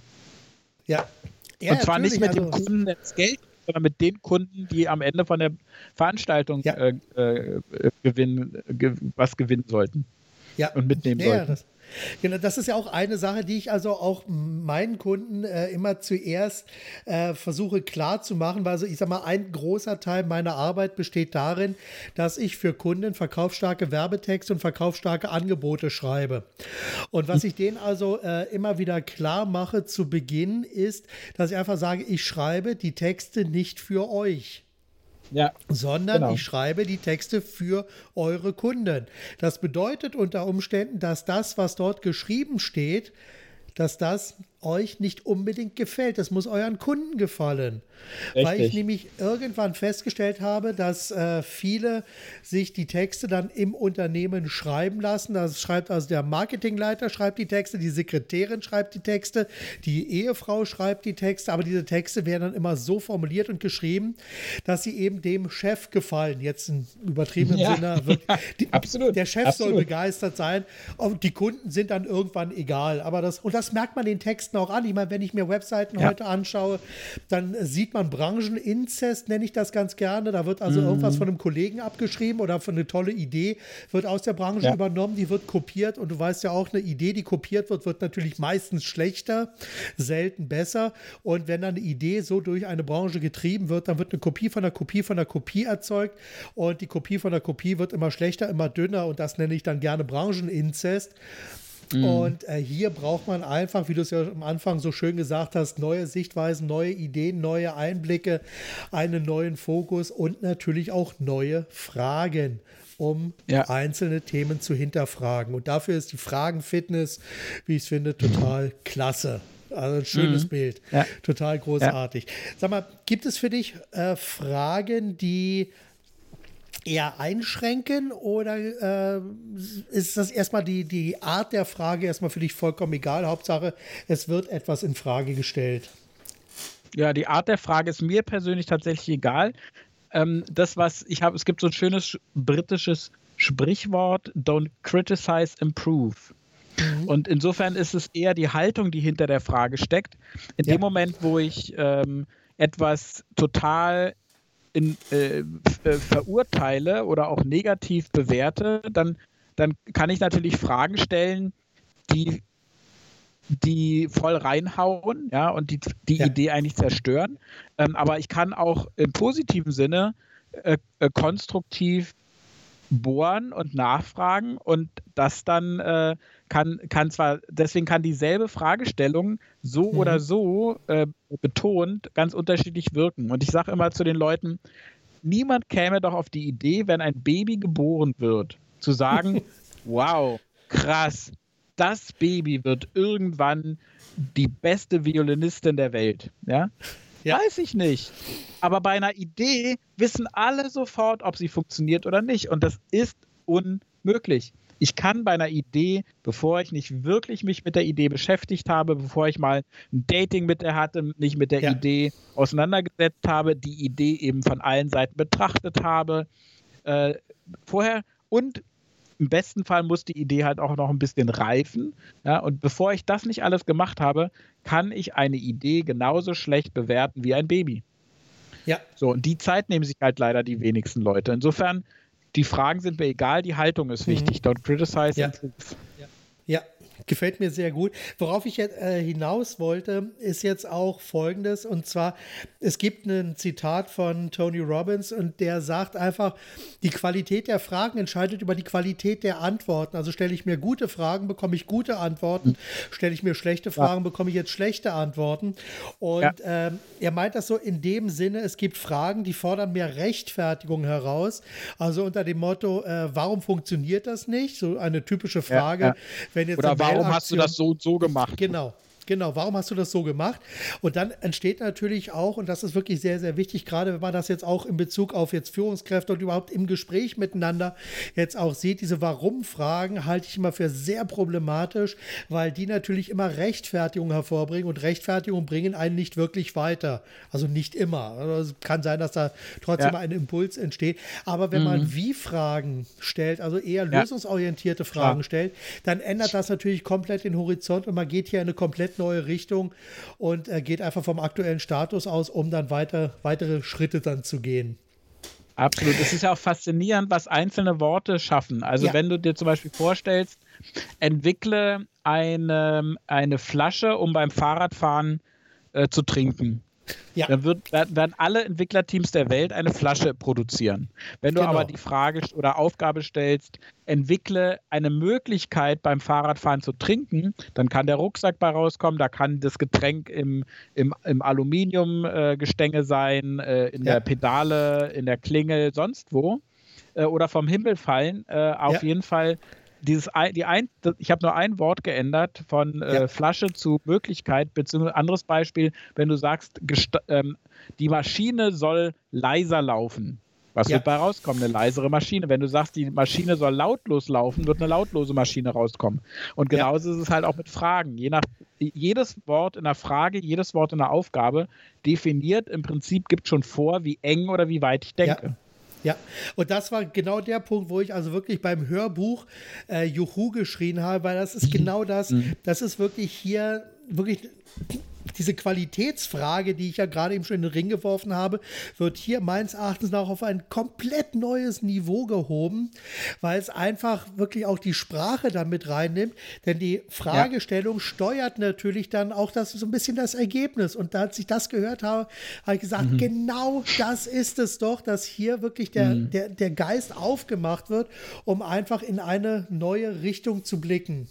Ja. Ja, und zwar nicht mit also, den Kunden des Geld, sondern mit den Kunden, die am Ende von der Veranstaltung ja. äh, äh, gewinnen, ge was gewinnen sollten ja. und mitnehmen ja, sollten. Das, genau, das ist ja auch eine Sache, die ich also auch meinen Kunden äh, immer zuerst äh, versuche klar zu machen, weil also ich sag mal, ein großer Teil meiner Arbeit besteht darin, dass ich für Kunden verkaufsstarke Werbetexte und verkaufsstarke Angebote schreibe. Und was ich denen also äh, immer wieder klar mache zu Beginn ist, dass ich einfach sage, ich schreibe die Texte nicht für euch. Ja, sondern genau. ich schreibe die Texte für eure Kunden. Das bedeutet unter Umständen, dass das, was dort geschrieben steht, dass das euch nicht unbedingt gefällt. Das muss euren Kunden gefallen. Richtig. Weil ich nämlich irgendwann festgestellt habe, dass äh, viele sich die Texte dann im Unternehmen schreiben lassen. Das schreibt also der Marketingleiter schreibt die Texte, die Sekretärin schreibt die Texte, die Ehefrau schreibt die Texte, aber diese Texte werden dann immer so formuliert und geschrieben, dass sie eben dem Chef gefallen. Jetzt im übertriebenen ja. Sinne. Wird, die, Absolut. Der Chef Absolut. soll begeistert sein und die Kunden sind dann irgendwann egal. Aber das, und das merkt man den Texten auch an. Ich meine, wenn ich mir Webseiten ja. heute anschaue, dann sieht man Brancheninzest, nenne ich das ganz gerne. Da wird also mhm. irgendwas von einem Kollegen abgeschrieben oder von eine tolle Idee wird aus der Branche ja. übernommen, die wird kopiert und du weißt ja auch, eine Idee, die kopiert wird, wird natürlich meistens schlechter, selten besser. Und wenn dann eine Idee so durch eine Branche getrieben wird, dann wird eine Kopie von einer Kopie von einer Kopie erzeugt und die Kopie von der Kopie wird immer schlechter, immer dünner und das nenne ich dann gerne Brancheninzest. Mm. Und äh, hier braucht man einfach, wie du es ja am Anfang so schön gesagt hast, neue Sichtweisen, neue Ideen, neue Einblicke, einen neuen Fokus und natürlich auch neue Fragen, um ja. einzelne Themen zu hinterfragen. Und dafür ist die Fragenfitness, wie ich es finde, total klasse. Also ein schönes mhm. Bild, ja. total großartig. Ja. Sag mal, gibt es für dich äh, Fragen, die eher einschränken oder äh, ist das erstmal die, die Art der Frage erstmal für dich vollkommen egal? Hauptsache, es wird etwas in Frage gestellt. Ja, die Art der Frage ist mir persönlich tatsächlich egal. Ähm, das, was ich habe, es gibt so ein schönes britisches Sprichwort, don't criticize, improve. Mhm. Und insofern ist es eher die Haltung, die hinter der Frage steckt. In ja. dem Moment, wo ich ähm, etwas total In, äh, verurteile oder auch negativ bewerte, dann, dann kann ich natürlich Fragen stellen, die, die voll reinhauen, ja, und die die ja. Idee eigentlich zerstören. Ähm, aber ich kann auch im positiven Sinne äh, äh, konstruktiv bohren und nachfragen und das dann äh, kann, kann zwar, deswegen kann dieselbe Fragestellung so mhm. oder so äh, betont ganz unterschiedlich wirken. Und ich sage immer zu den Leuten, niemand käme doch auf die Idee, wenn ein Baby geboren wird, zu sagen, wow, krass, das Baby wird irgendwann die beste Violinistin der Welt. Ja? Ja. Weiß ich nicht. Aber bei einer Idee wissen alle sofort, ob sie funktioniert oder nicht. Und das ist unmöglich. Ich kann bei einer Idee, bevor ich nicht wirklich mich mit der Idee beschäftigt habe, bevor ich mal ein Dating mit der hatte, mich mit der ja. Idee auseinandergesetzt habe, die Idee eben von allen Seiten betrachtet habe, äh, vorher und im besten Fall muss die Idee halt auch noch ein bisschen reifen. Ja, und bevor ich das nicht alles gemacht habe, kann ich eine Idee genauso schlecht bewerten wie ein Baby. Ja. So, und die Zeit nehmen sich halt leider die wenigsten Leute. Insofern, die Fragen sind mir egal, die Haltung ist wichtig. Mhm. Don't criticize, ja. improve. Ja. ja. Gefällt mir sehr gut. Worauf ich jetzt äh, hinaus wollte, ist jetzt auch Folgendes. Und zwar, es gibt ein Zitat von Tony Robbins und der sagt einfach, die Qualität der Fragen entscheidet über die Qualität der Antworten. Also stelle ich mir gute Fragen, bekomme ich gute Antworten. Mhm. Stelle ich mir schlechte Fragen, ja. bekomme ich jetzt schlechte Antworten. Und ja. ähm, er meint das so in dem Sinne, es gibt Fragen, die fordern mehr Rechtfertigung heraus. Also unter dem Motto, äh, warum funktioniert das nicht? So eine typische Frage. Ja, ja. Wenn jetzt Oder warum hast du das so und so gemacht? Genau. Genau, warum hast du das so gemacht? Und dann entsteht natürlich auch, und das ist wirklich sehr, sehr wichtig, gerade wenn man das jetzt auch in Bezug auf jetzt Führungskräfte und überhaupt im Gespräch miteinander jetzt auch sieht, diese Warum-Fragen halte ich immer für sehr problematisch, weil die natürlich immer Rechtfertigung hervorbringen und Rechtfertigung bringen einen nicht wirklich weiter. Also nicht immer. Also es kann sein, dass da trotzdem ja. ein Impuls entsteht. Aber wenn mhm. man Wie-Fragen stellt, also eher ja. lösungsorientierte Fragen ja. stellt, dann ändert das natürlich komplett den Horizont und man geht hier in eine komplett neue Richtung und äh, geht einfach vom aktuellen Status aus, um dann weiter, weitere Schritte dann zu gehen. Absolut. Es ist ja auch faszinierend, was einzelne Worte schaffen. Also ja. wenn du dir zum Beispiel vorstellst, entwickle eine, eine Flasche, um beim Fahrradfahren äh, zu trinken. Ja. Dann wird, werden alle Entwicklerteams der Welt eine Flasche produzieren. Wenn du genau. aber die Frage oder Aufgabe stellst, entwickle eine Möglichkeit beim Fahrradfahren zu trinken, dann kann der Rucksack bei rauskommen, da kann das Getränk im, im, im Aluminiumgestänge äh, sein, äh, in ja. der Pedale, in der Klingel, sonst wo. Äh, oder vom Himmel fallen. Äh, auf ja. jeden Fall. Dieses, die ein, ich habe nur ein Wort geändert von äh, ja. Flasche zu Möglichkeit, beziehungsweise anderes Beispiel, wenn du sagst, gest- ähm, die Maschine soll leiser laufen. Was ja. wird bei rauskommen? Eine leisere Maschine. Wenn du sagst, die Maschine soll lautlos laufen, wird eine lautlose Maschine rauskommen. Und genauso ja. ist es halt auch mit Fragen. Je nach, jedes Wort in der Frage, jedes Wort in der Aufgabe definiert im Prinzip, gibt schon vor, wie eng oder wie weit ich denke. Ja. Ja, und das war genau der Punkt, wo ich also wirklich beim Hörbuch äh, Juhu geschrien habe, weil das ist genau das, das ist wirklich hier wirklich diese Qualitätsfrage, die ich ja gerade eben schon in den Ring geworfen habe, wird hier meines Erachtens nach auf ein komplett neues Niveau gehoben, weil es einfach wirklich auch die Sprache da mit reinnimmt, denn die Fragestellung ja. steuert natürlich dann auch das, so ein bisschen das Ergebnis und als ich das gehört habe, habe ich gesagt, mhm. genau das ist es doch, dass hier wirklich der, mhm. der, der Geist aufgemacht wird, um einfach in eine neue Richtung zu blicken.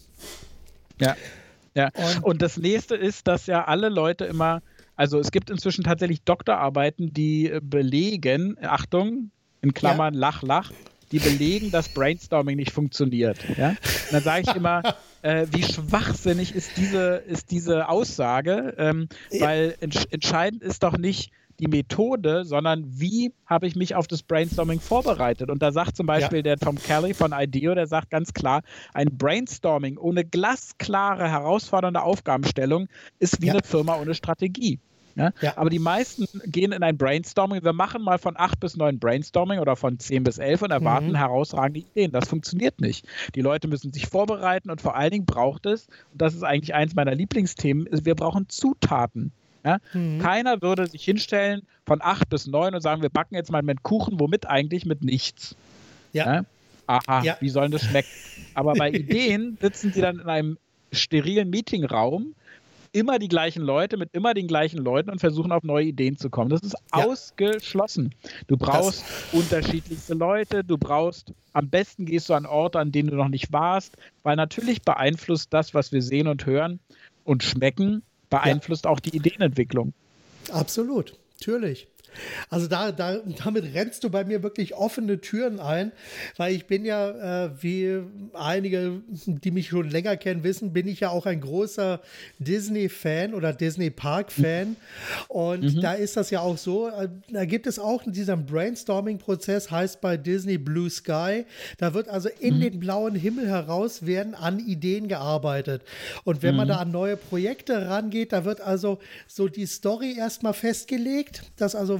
Ja. Ja, und, und das nächste ist, dass ja alle Leute immer, also es gibt inzwischen tatsächlich Doktorarbeiten, die belegen, Achtung, in Klammern ja. Lach, Lach, die belegen, dass Brainstorming nicht funktioniert. Ja? Und dann sage ich immer, äh, wie schwachsinnig ist diese, ist diese Aussage, ähm, ja. weil ents- entscheidend ist doch nicht die Methode, sondern wie habe ich mich auf das Brainstorming vorbereitet? Und da sagt zum Beispiel ja. der Tom Kelly von IDEO, der sagt ganz klar, ein Brainstorming ohne glasklare, herausfordernde Aufgabenstellung ist wie ja. eine Firma ohne Strategie. Ja? Ja. Aber die meisten gehen in ein Brainstorming, wir machen mal von acht bis neun Brainstorming oder von zehn bis elf und erwarten mhm. herausragende Ideen. Das funktioniert nicht. Die Leute müssen sich vorbereiten und vor allen Dingen braucht es, und das ist eigentlich eins meiner Lieblingsthemen, ist, wir brauchen Zutaten. Ja? Mhm. Keiner würde sich hinstellen von acht bis neun und sagen, wir backen jetzt mal mit Kuchen, womit eigentlich? Mit nichts. Ja. Ja? Aha, ja. Wie soll das schmecken? Aber bei Ideen sitzen sie dann in einem sterilen Meetingraum, immer die gleichen Leute mit immer den gleichen Leuten und versuchen auf neue Ideen zu kommen. Das ist ja. ausgeschlossen. Du brauchst das unterschiedlichste Leute, du brauchst, am besten gehst du an Orte, an denen du noch nicht warst, weil natürlich beeinflusst das, was wir sehen und hören und schmecken, beeinflusst ja. auch die Ideenentwicklung. Absolut, natürlich. Also da, da, damit rennst du bei mir wirklich offene Türen ein, weil ich bin ja, äh, wie einige, die mich schon länger kennen, wissen, bin ich ja auch ein großer Disney-Fan oder Disney-Park-Fan und mhm. da ist das ja auch so, äh, da gibt es auch in diesem Brainstorming-Prozess, heißt bei Disney Blue Sky, da wird also in mhm. den blauen Himmel heraus werden an Ideen gearbeitet und wenn mhm. man da an neue Projekte rangeht, da wird also so die Story erstmal festgelegt, dass also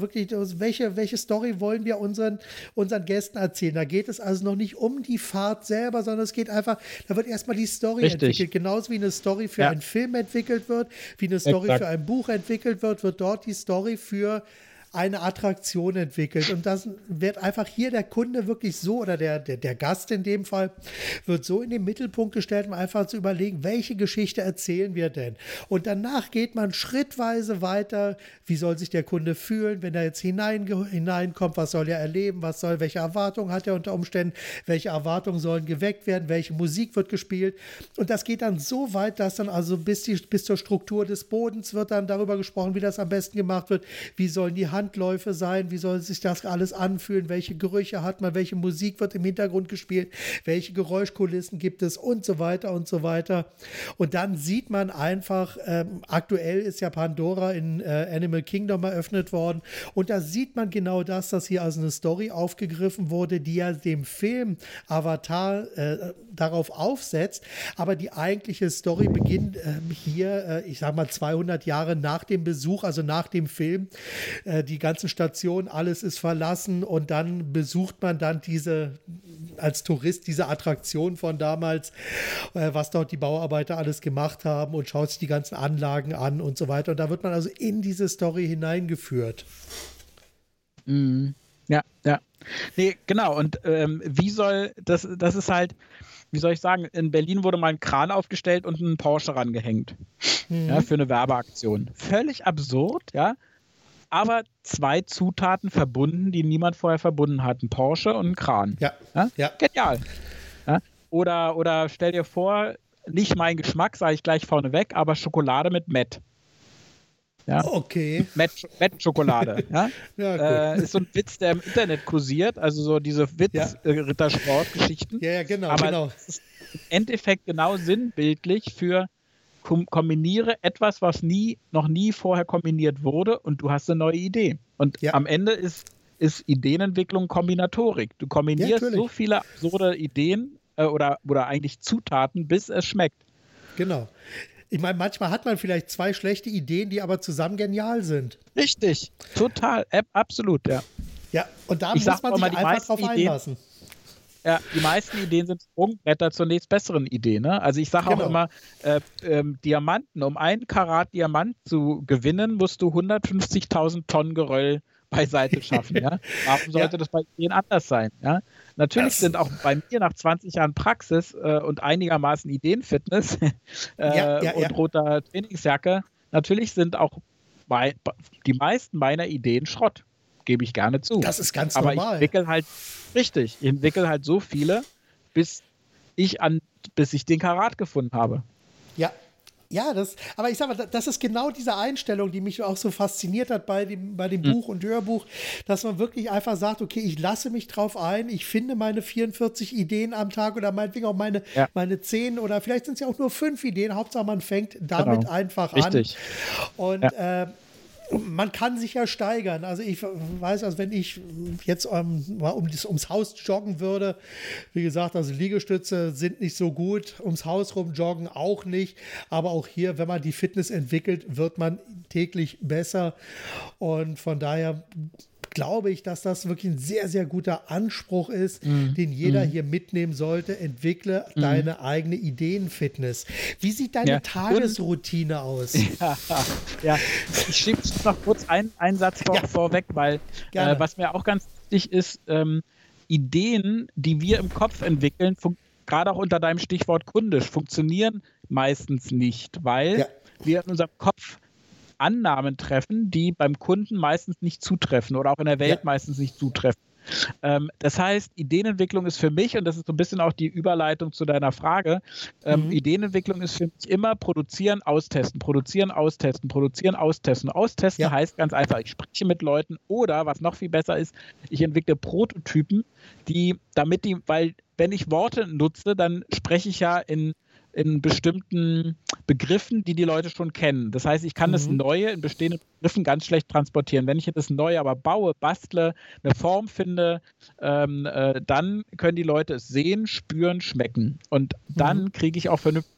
wirklich, welche, welche Story wollen wir unseren, unseren Gästen erzählen. Da geht es also noch nicht um die Fahrt selber, sondern es geht einfach, da wird erstmal die Story Richtig. entwickelt. Genauso wie eine Story für Ja. einen Film entwickelt wird, wie eine Story Exakt. für ein Buch entwickelt wird, wird dort die Story für eine Attraktion entwickelt. Und das wird einfach hier der Kunde wirklich so, oder der, der, der Gast in dem Fall, wird so in den Mittelpunkt gestellt, um einfach zu überlegen, welche Geschichte erzählen wir denn? Und danach geht man schrittweise weiter. Wie soll sich der Kunde fühlen, wenn er jetzt hinein, hineinkommt? Was soll er erleben? Was soll, welche Erwartungen hat er unter Umständen? Welche Erwartungen sollen geweckt werden? Welche Musik wird gespielt? Und das geht dann so weit, dass dann also bis, die, bis zur Struktur des Bodens wird dann darüber gesprochen, wie das am besten gemacht wird. Wie sollen die Handläufe sein? Wie soll sich das alles anfühlen? Welche Gerüche hat man? Welche Musik wird im Hintergrund gespielt? Welche Geräuschkulissen gibt es? Und so weiter und so weiter. Und dann sieht man einfach, ähm, aktuell ist ja Pandora in äh, Animal Kingdom eröffnet worden. Und da sieht man genau das, dass hier also eine Story aufgegriffen wurde, die ja dem Film Avatar äh, darauf aufsetzt. Aber die eigentliche Story beginnt ähm, hier, äh, ich sag mal, zweihundert Jahre nach dem Besuch, also nach dem Film. Äh, die ganzen Stationen, alles ist verlassen und dann besucht man dann diese, als Tourist, diese Attraktion von damals, äh, was dort die Bauarbeiter alles gemacht haben und schaut sich die ganzen Anlagen an und so weiter. Und da wird man also in diese Story hineingeführt. Mhm. Ja, ja. Nee, genau. Und ähm, wie soll, das, das ist halt, wie soll ich sagen, in Berlin wurde mal ein Kran aufgestellt und ein Porsche rangehängt. Mhm. Ja, für eine Werbeaktion. Völlig absurd, ja. Aber zwei Zutaten verbunden, die niemand vorher verbunden hat. Ein Porsche und ein Kran. Ja. Ja? Ja. Genial. Ja? Oder, oder stell dir vor, nicht mein Geschmack, sage ich gleich vorneweg, aber Schokolade mit Met. Ja? Okay. Met-Schokolade. Ja? Ja, äh, ist so ein Witz, der im Internet kursiert, also so diese Witz-Rittersport-Geschichten. Ja. ja, ja, genau. Aber genau. das ist im Endeffekt genau sinnbildlich für kom- kombiniere etwas, was nie, noch nie vorher kombiniert wurde und du hast eine neue Idee. Und Ja. am Ende ist, ist Ideenentwicklung Kombinatorik. Du kombinierst Ja, so viele absurde Ideen äh, oder, oder eigentlich Zutaten, bis es schmeckt. Genau. Ich meine, manchmal hat man vielleicht zwei schlechte Ideen, die aber zusammen genial sind. Richtig, total, äh, absolut, ja. Ja, und da Ich muss sag man auch sich mal, die einfach meisten drauf Ideen- einlassen. Ja, die meisten Ideen sind Sprungbretter zur nächst besseren Idee. Ne? Also ich sage Genau. auch immer, äh, ähm, Diamanten, um ein Karat Diamant zu gewinnen, musst du hundertfünfzigtausend Tonnen Geröll beiseite schaffen. ja? Warum sollte Ja. das bei Ideen anders sein? Ja? Natürlich Das- sind auch bei mir nach zwanzig Jahren Praxis äh, und einigermaßen Ideenfitness äh, Ja, ja, und ja. roter Trainingsjacke, natürlich sind auch bei, die meisten meiner Ideen Schrott. Gebe ich gerne zu. Das ist ganz Aber normal. ich entwickle halt, richtig, ich entwickle halt so viele, bis ich an, bis ich den Karat gefunden habe. Ja, ja, das, aber ich sag mal, das ist genau diese Einstellung, die mich auch so fasziniert hat bei dem, bei dem Mhm. Buch und Hörbuch, dass man wirklich einfach sagt, okay, ich lasse mich drauf ein, ich finde meine vierundvierzig Ideen am Tag oder meinetwegen auch meine, Ja. meine zehn oder vielleicht sind es ja auch nur fünf Ideen, Hauptsache man fängt damit Genau. einfach Richtig. an. Und äh, man kann sich ja steigern. Also ich weiß, also wenn ich jetzt ähm, mal um das, ums Haus joggen würde, wie gesagt, also Liegestütze sind nicht so gut, ums Haus rum joggen auch nicht, aber auch hier, wenn man die Fitness entwickelt, wird man täglich besser und von daher glaube ich, dass das wirklich ein sehr, sehr guter Anspruch ist, Mhm. den jeder hier mitnehmen sollte. Entwickle deine eigene Ideenfitness. Wie sieht deine Ja. Tagesroutine aus? Ja, ja. Ich schiebe noch kurz ein, einen Satz vor, Ja. vorweg, weil Gerne. äh, was mir auch ganz wichtig ist, ähm, Ideen, die wir im Kopf entwickeln, fun- gerade auch unter deinem Stichwort kundisch, funktionieren meistens nicht, weil Ja. wir in unserem Kopf Annahmen treffen, die beim Kunden meistens nicht zutreffen oder auch in der Welt Ja. meistens nicht zutreffen. Ähm, das heißt, Ideenentwicklung ist für mich, und das ist so ein bisschen auch die Überleitung zu deiner Frage, ähm, Mhm. Ideenentwicklung ist für mich immer produzieren, austesten, produzieren, austesten, produzieren, austesten. Austesten Ja. heißt ganz einfach, ich spreche mit Leuten oder, was noch viel besser ist, ich entwickle Prototypen, die, damit die, weil wenn ich Worte nutze, dann spreche ich ja in in bestimmten Begriffen, die die Leute schon kennen. Das heißt, ich kann das Mhm. Neue in bestehenden Begriffen ganz schlecht transportieren. Wenn ich das Neue aber baue, bastle, eine Form finde, ähm, äh, dann können die Leute es sehen, spüren, schmecken. Und dann Mhm. kriege ich auch vernünftige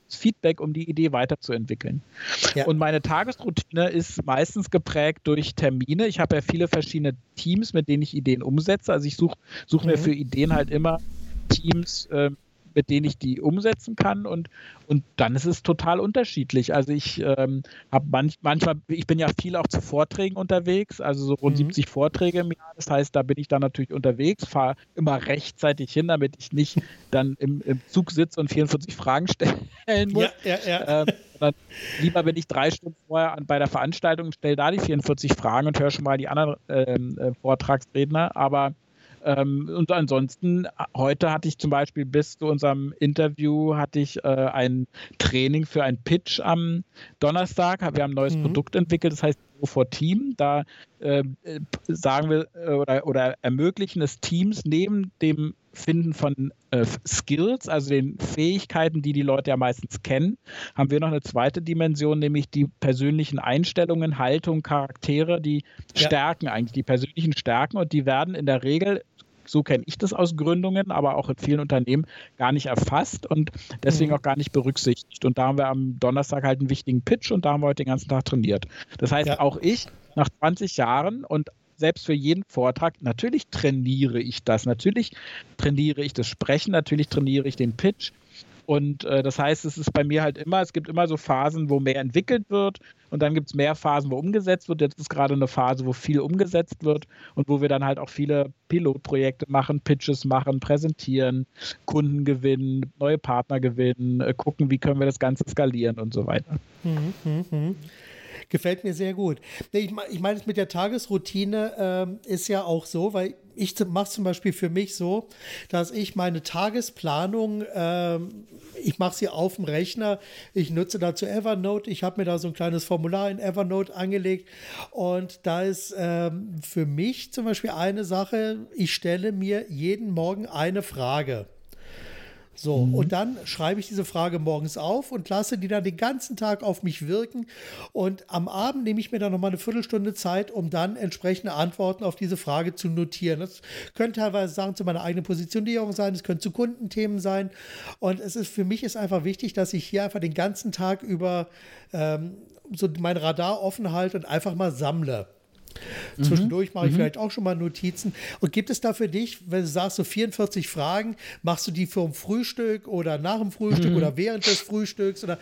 Feedback, um die Idee weiterzuentwickeln. Ja. Und meine Tagesroutine ist meistens geprägt durch Termine. Ich habe ja viele verschiedene Teams, mit denen ich Ideen umsetze. Also ich suche such mhm. mir für Ideen halt immer Teams, äh, mit denen ich die umsetzen kann, und, und dann ist es total unterschiedlich. Also ich ähm, habe manch, manchmal, ich bin ja viel auch zu Vorträgen unterwegs, also so rund mhm. siebzig Vorträge im Jahr, das heißt, da bin ich dann natürlich unterwegs, fahre immer rechtzeitig hin, damit ich nicht dann im, im Zug sitze und vierundvierzig Fragen stellen muss. Ja, ja, ja. Ähm, dann lieber bin ich drei Stunden vorher an, bei der Veranstaltung, stelle da die vierundvierzig Fragen und höre schon mal die anderen ähm, äh, Vortragsredner, aber Ähm, und ansonsten, heute hatte ich zum Beispiel bis zu unserem Interview hatte ich äh, ein Training für ein Pitch am Donnerstag. Wir haben ein neues mhm. Produkt entwickelt, das heißt Go for Team. Da äh, sagen wir äh, oder, oder ermöglichen es Teams neben dem Finden von äh, Skills, also den Fähigkeiten, die die Leute ja meistens kennen, haben wir noch eine zweite Dimension, nämlich die persönlichen Einstellungen, Haltung, Charaktere, die ja. Stärken eigentlich, die persönlichen Stärken, und die werden in der Regel, so kenne ich das aus Gründungen, aber auch in vielen Unternehmen, gar nicht erfasst und deswegen mhm. auch gar nicht berücksichtigt. Und da haben wir am Donnerstag halt einen wichtigen Pitch und da haben wir heute den ganzen Tag trainiert. Das heißt, ja. auch ich nach zwanzig Jahren und selbst für jeden Vortrag, natürlich trainiere ich das, natürlich trainiere ich das Sprechen, natürlich trainiere ich den Pitch. Und äh, das heißt, es ist bei mir halt immer, es gibt immer so Phasen, wo mehr entwickelt wird und dann gibt es mehr Phasen, wo umgesetzt wird. Jetzt ist gerade eine Phase, wo viel umgesetzt wird und wo wir dann halt auch viele Pilotprojekte machen, Pitches machen, präsentieren, Kunden gewinnen, neue Partner gewinnen, äh, gucken, wie können wir das Ganze skalieren und so weiter. Mhm, mh, mh. Gefällt mir sehr gut. Ich meine, ich mein, mit der Tagesroutine ähm, ist ja auch so, weil ich mache es zum Beispiel für mich so, dass ich meine Tagesplanung, ähm, ich mache sie auf dem Rechner, ich nutze dazu Evernote, ich habe mir da so ein kleines Formular in Evernote angelegt und da ist ähm, für mich zum Beispiel eine Sache, ich stelle mir jeden Morgen eine Frage. So, mhm. und dann schreibe ich diese Frage morgens auf und lasse die dann den ganzen Tag auf mich wirken. Und am Abend nehme ich mir dann nochmal eine Viertelstunde Zeit, um dann entsprechende Antworten auf diese Frage zu notieren. Das können teilweise Sachen zu meiner eigenen Positionierung sein, es können zu Kundenthemen sein. Und es ist für mich ist einfach wichtig, dass ich hier einfach den ganzen Tag über ähm, so mein Radar offen halte und einfach mal sammle. Zwischendurch mache ich mhm. vielleicht auch schon mal Notizen. Und gibt es da für dich, wenn du sagst, so vierundvierzig Fragen, machst du die vor dem Frühstück oder nach dem Frühstück mhm. oder während des Frühstücks? Oder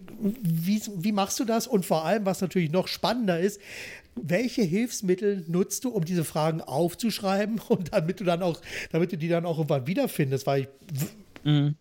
wie, wie machst du das? Und vor allem, was natürlich noch spannender ist, welche Hilfsmittel nutzt du, um diese Fragen aufzuschreiben und damit du dann auch, damit du die dann auch irgendwann wiederfindest? Weil ich mhm.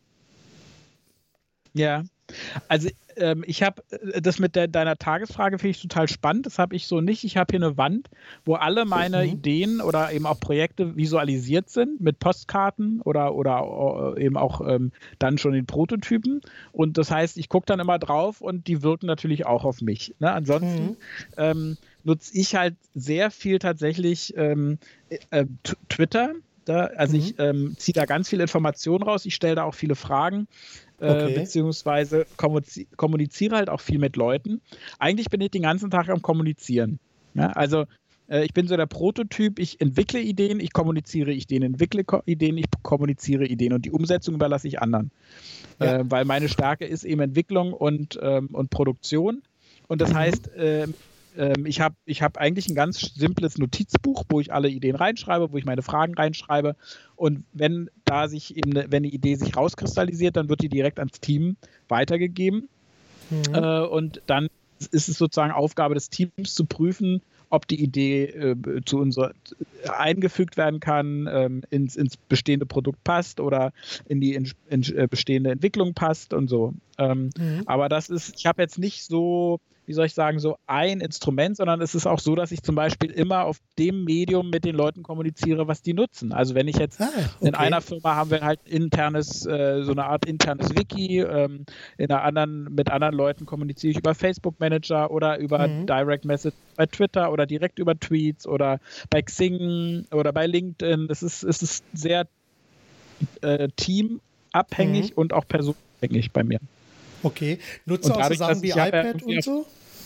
Ja, also ähm, ich habe das mit der, deiner Tagesfrage finde ich total spannend. Das habe ich so nicht. Ich habe hier eine Wand, wo alle meine mhm. Ideen oder eben auch Projekte visualisiert sind mit Postkarten oder, oder eben auch ähm, dann schon den Prototypen. Und das heißt, ich gucke dann immer drauf und die wirken natürlich auch auf mich. Ne? Ansonsten mhm. ähm, nutze ich halt sehr viel tatsächlich ähm, äh, Twitter. Da, also mhm. ich ähm, ziehe da ganz viel Informationen raus. Ich stelle da auch viele Fragen. Okay. Äh, beziehungsweise kommuniz- kommuniziere halt auch viel mit Leuten. Eigentlich bin ich den ganzen Tag am Kommunizieren. Ja, also äh, ich bin so der Prototyp, ich entwickle Ideen, ich kommuniziere Ideen, entwickle Ko- Ideen, ich kommuniziere Ideen und die Umsetzung überlasse ich anderen. Ja. Äh, weil meine Stärke ist eben Entwicklung und, ähm, und Produktion. Und das mhm. heißt, äh, Ich habe ich hab eigentlich ein ganz simples Notizbuch, wo ich alle Ideen reinschreibe, wo ich meine Fragen reinschreibe. Und wenn da sich eben, eine, wenn eine Idee sich rauskristallisiert, dann wird die direkt ans Team weitergegeben. Mhm. Äh, und dann ist es sozusagen Aufgabe des Teams zu prüfen, ob die Idee äh, zu unserer eingefügt werden kann, ähm, ins, ins bestehende Produkt passt oder in die in, in, äh, bestehende Entwicklung passt und so. Ähm, mhm. Aber das ist, ich habe jetzt nicht so, wie soll ich sagen, so ein Instrument, sondern es ist auch so, dass ich zum Beispiel immer auf dem Medium mit den Leuten kommuniziere, was die nutzen. Also wenn ich jetzt ah, okay. in einer Firma haben wir halt internes, äh, so eine Art internes Wiki, ähm, in einer anderen, mit anderen Leuten kommuniziere ich über Facebook Manager oder über mhm. Direct Message bei Twitter oder direkt über Tweets oder bei Xing oder bei LinkedIn. Das ist, es ist sehr äh, teamabhängig mhm. und auch personenabhängig bei mir. Okay. Nutzt du auch so Sachen wie iPad und so?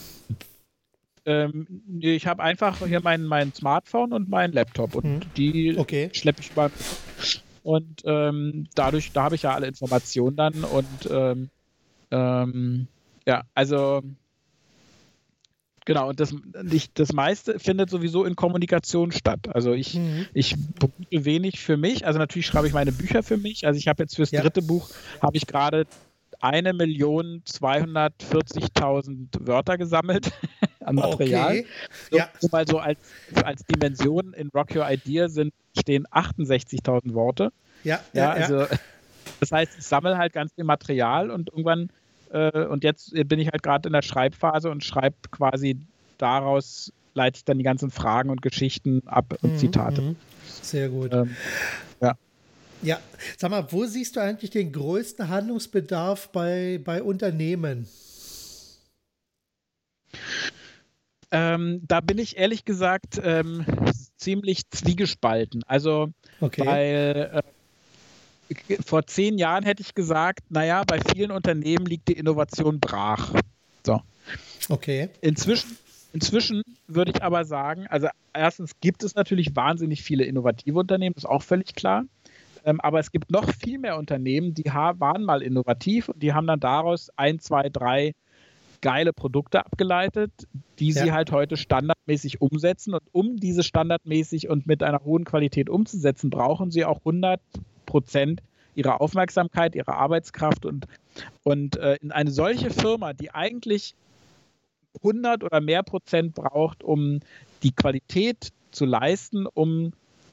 Ähm, ich habe einfach hier mein, mein Smartphone und mein Laptop und hm. die okay. schleppe ich über. Und ähm, dadurch, da habe ich ja alle Informationen dann und ähm, Ähm, ja, also genau, und das, ich, das meiste findet sowieso in Kommunikation statt. Also ich, mhm. ich brute wenig für mich, also natürlich schreibe ich meine Bücher für mich. Also ich habe jetzt fürs ja. dritte Buch, habe ich gerade eine Million zweihundertvierzigtausend Wörter gesammelt an Material. Okay. So, Ja. so mal so als, als Dimension in Rock Your Idea sind, stehen achtundsechzigtausend Worte. Ja, ja, ja also ja. Das heißt, ich sammle halt ganz viel Material und irgendwann, äh, und jetzt bin ich halt gerade in der Schreibphase und schreibe quasi daraus, leite ich dann die ganzen Fragen und Geschichten ab und mhm, Zitate. Mhm. Sehr gut. Ähm, ja. Ja, sag mal, wo siehst du eigentlich den größten Handlungsbedarf bei, bei Unternehmen? Ähm, da bin ich ehrlich gesagt ähm, ziemlich zwiegespalten. Also, okay. weil äh, vor zehn Jahren hätte ich gesagt, naja, bei vielen Unternehmen liegt die Innovation brach. So. Okay. Inzwischen, inzwischen würde ich aber sagen, also erstens gibt es natürlich wahnsinnig viele innovative Unternehmen, das ist auch völlig klar. Ähm, aber es gibt noch viel mehr Unternehmen, die ha- waren mal innovativ und die haben dann daraus ein, zwei, drei geile Produkte abgeleitet, die ja. sie halt heute standardmäßig umsetzen. Und um diese standardmäßig und mit einer hohen Qualität umzusetzen, brauchen sie auch hundert Prozent ihrer Aufmerksamkeit, ihrer Arbeitskraft. Und, und äh, in eine solche Firma, die eigentlich hundert oder mehr Prozent braucht, um die Qualität zu leisten, um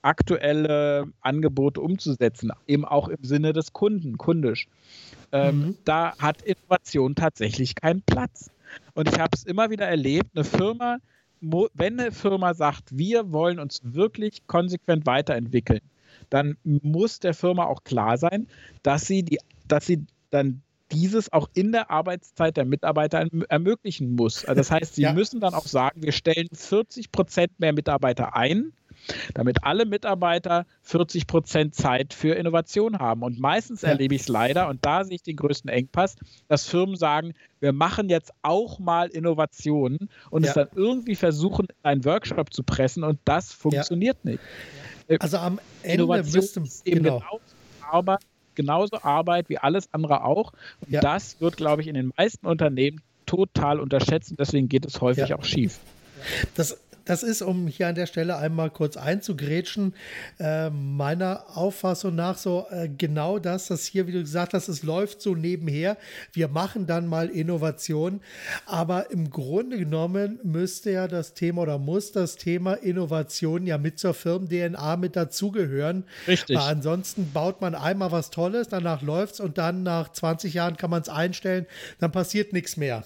aktuelle Angebote umzusetzen, eben auch im Sinne des Kunden, kundisch. Ähm, mhm. Da hat Innovation tatsächlich keinen Platz. Und ich habe es immer wieder erlebt, eine Firma, wenn eine Firma sagt, wir wollen uns wirklich konsequent weiterentwickeln, dann muss der Firma auch klar sein, dass sie, die, dass sie dann dieses auch in der Arbeitszeit der Mitarbeiter ermöglichen muss. Also das heißt, sie ja. müssen dann auch sagen, wir stellen vierzig Prozent mehr Mitarbeiter ein, damit alle Mitarbeiter vierzig Prozent Zeit für Innovation haben. Und meistens ja. erlebe ich es leider, und da sehe ich den größten Engpass, dass Firmen sagen, wir machen jetzt auch mal Innovationen und ja. es dann irgendwie versuchen, in einen Workshop zu pressen, und das funktioniert ja. nicht. Also am Ende müsste eben genau. genauso, Arbeit, genauso Arbeit wie alles andere auch. Und ja. das wird, glaube ich, in den meisten Unternehmen total unterschätzt, und deswegen geht es häufig ja. auch schief. Das Das ist, um hier an der Stelle einmal kurz einzugrätschen, äh, meiner Auffassung nach so äh, genau das, dass hier, wie du gesagt hast, es läuft so nebenher. Wir machen dann mal Innovation, aber im Grunde genommen müsste ja das Thema oder muss das Thema Innovation ja mit zur Firmen-D N A mit dazugehören. Richtig. Weil ansonsten baut man einmal was Tolles, danach läuft's und dann nach zwanzig Jahren kann man es einstellen, dann passiert nichts mehr.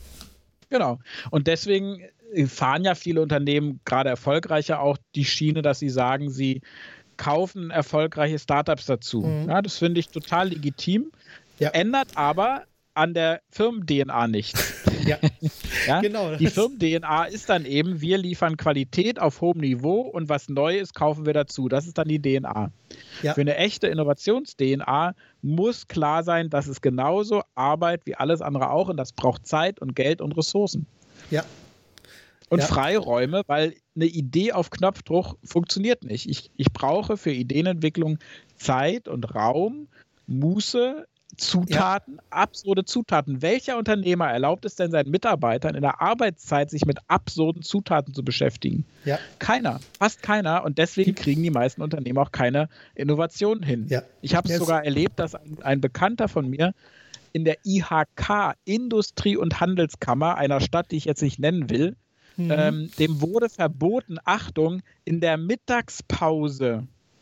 Genau. Und deswegen fahren ja viele Unternehmen, gerade erfolgreiche, auch die Schiene, dass sie sagen, sie kaufen erfolgreiche Startups dazu. Mhm. Ja, das finde ich total legitim. Ja. Ändert aber an der Firmen-D N A nichts. Ja, ja? Genau. Die Firmen-D N A ist dann eben, wir liefern Qualität auf hohem Niveau und was neu ist, kaufen wir dazu. Das ist dann die D N A. Ja. Für eine echte Innovations-D N A muss klar sein, dass es genauso Arbeit wie alles andere auch, und das braucht Zeit und Geld und Ressourcen. Ja. Und ja. Freiräume, weil eine Idee auf Knopfdruck funktioniert nicht. Ich, ich brauche für Ideenentwicklung Zeit und Raum, Muße, Zutaten, ja. absurde Zutaten. Welcher Unternehmer erlaubt es denn seinen Mitarbeitern in der Arbeitszeit, sich mit absurden Zutaten zu beschäftigen? Ja. Keiner, fast keiner. Und deswegen kriegen die meisten Unternehmen auch keine Innovationen hin. Ja. Ich habe es sogar erlebt, dass ein, ein Bekannter von mir in der I H K, Industrie- und Handelskammer, einer Stadt, die ich jetzt nicht nennen will, mhm. ähm, dem wurde verboten, Achtung, in der Mittagspause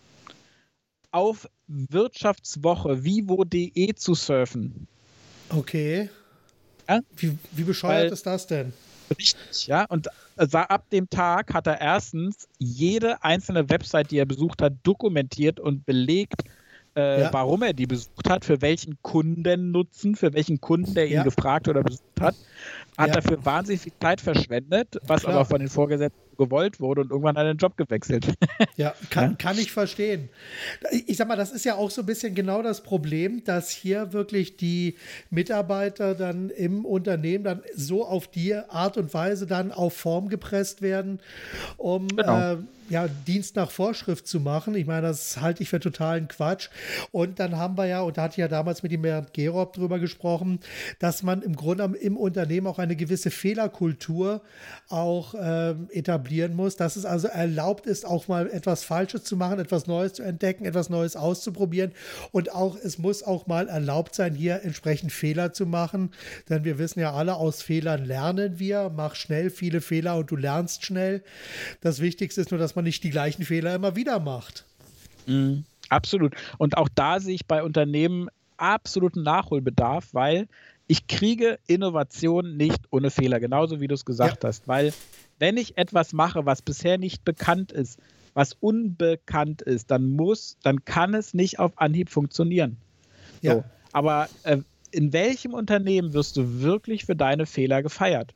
auf Wirtschaftswoche vivo punkt de zu surfen. Okay. Ja? Wie, wie bescheuert Weil, ist das denn? Richtig, ja. Und also ab dem Tag hat er erstens jede einzelne Website, die er besucht hat, dokumentiert und belegt, äh, ja. warum er die besucht hat, für welchen Kundennutzen, für welchen Kunden der ihn ja. gefragt oder besucht hat. Hat ja. dafür wahnsinnig viel Zeit verschwendet, was Klar. aber von den Vorgesetzten gewollt wurde und irgendwann hat er den Job gewechselt. Ja, kann, ja. kann ich verstehen. Ich sag mal, das ist ja auch so ein bisschen genau das Problem, dass hier wirklich die Mitarbeiter dann im Unternehmen dann so auf die Art und Weise dann auf Form gepresst werden, um genau. äh, ja, Dienst nach Vorschrift zu machen. Ich meine, das halte ich für totalen Quatsch. Und dann haben wir ja, und da hatte ich ja damals mit dem Bernd Gerob drüber gesprochen, dass man im Grunde im Unternehmen auch eine gewisse Fehlerkultur auch äh, etablieren muss, dass es also erlaubt ist, auch mal etwas Falsches zu machen, etwas Neues zu entdecken, etwas Neues auszuprobieren. Und auch, es muss auch mal erlaubt sein, hier entsprechend Fehler zu machen. Denn wir wissen ja alle, aus Fehlern lernen wir. Mach schnell viele Fehler und du lernst schnell. Das Wichtigste ist nur, dass man nicht die gleichen Fehler immer wieder macht. Mm, absolut. Und auch da sehe ich bei Unternehmen absoluten Nachholbedarf, weil ich kriege Innovation nicht ohne Fehler, genauso wie du es gesagt ja. hast. Weil wenn ich etwas mache, was bisher nicht bekannt ist, was unbekannt ist, dann muss, dann kann es nicht auf Anhieb funktionieren. Ja. So. Aber äh, in welchem Unternehmen wirst du wirklich für deine Fehler gefeiert?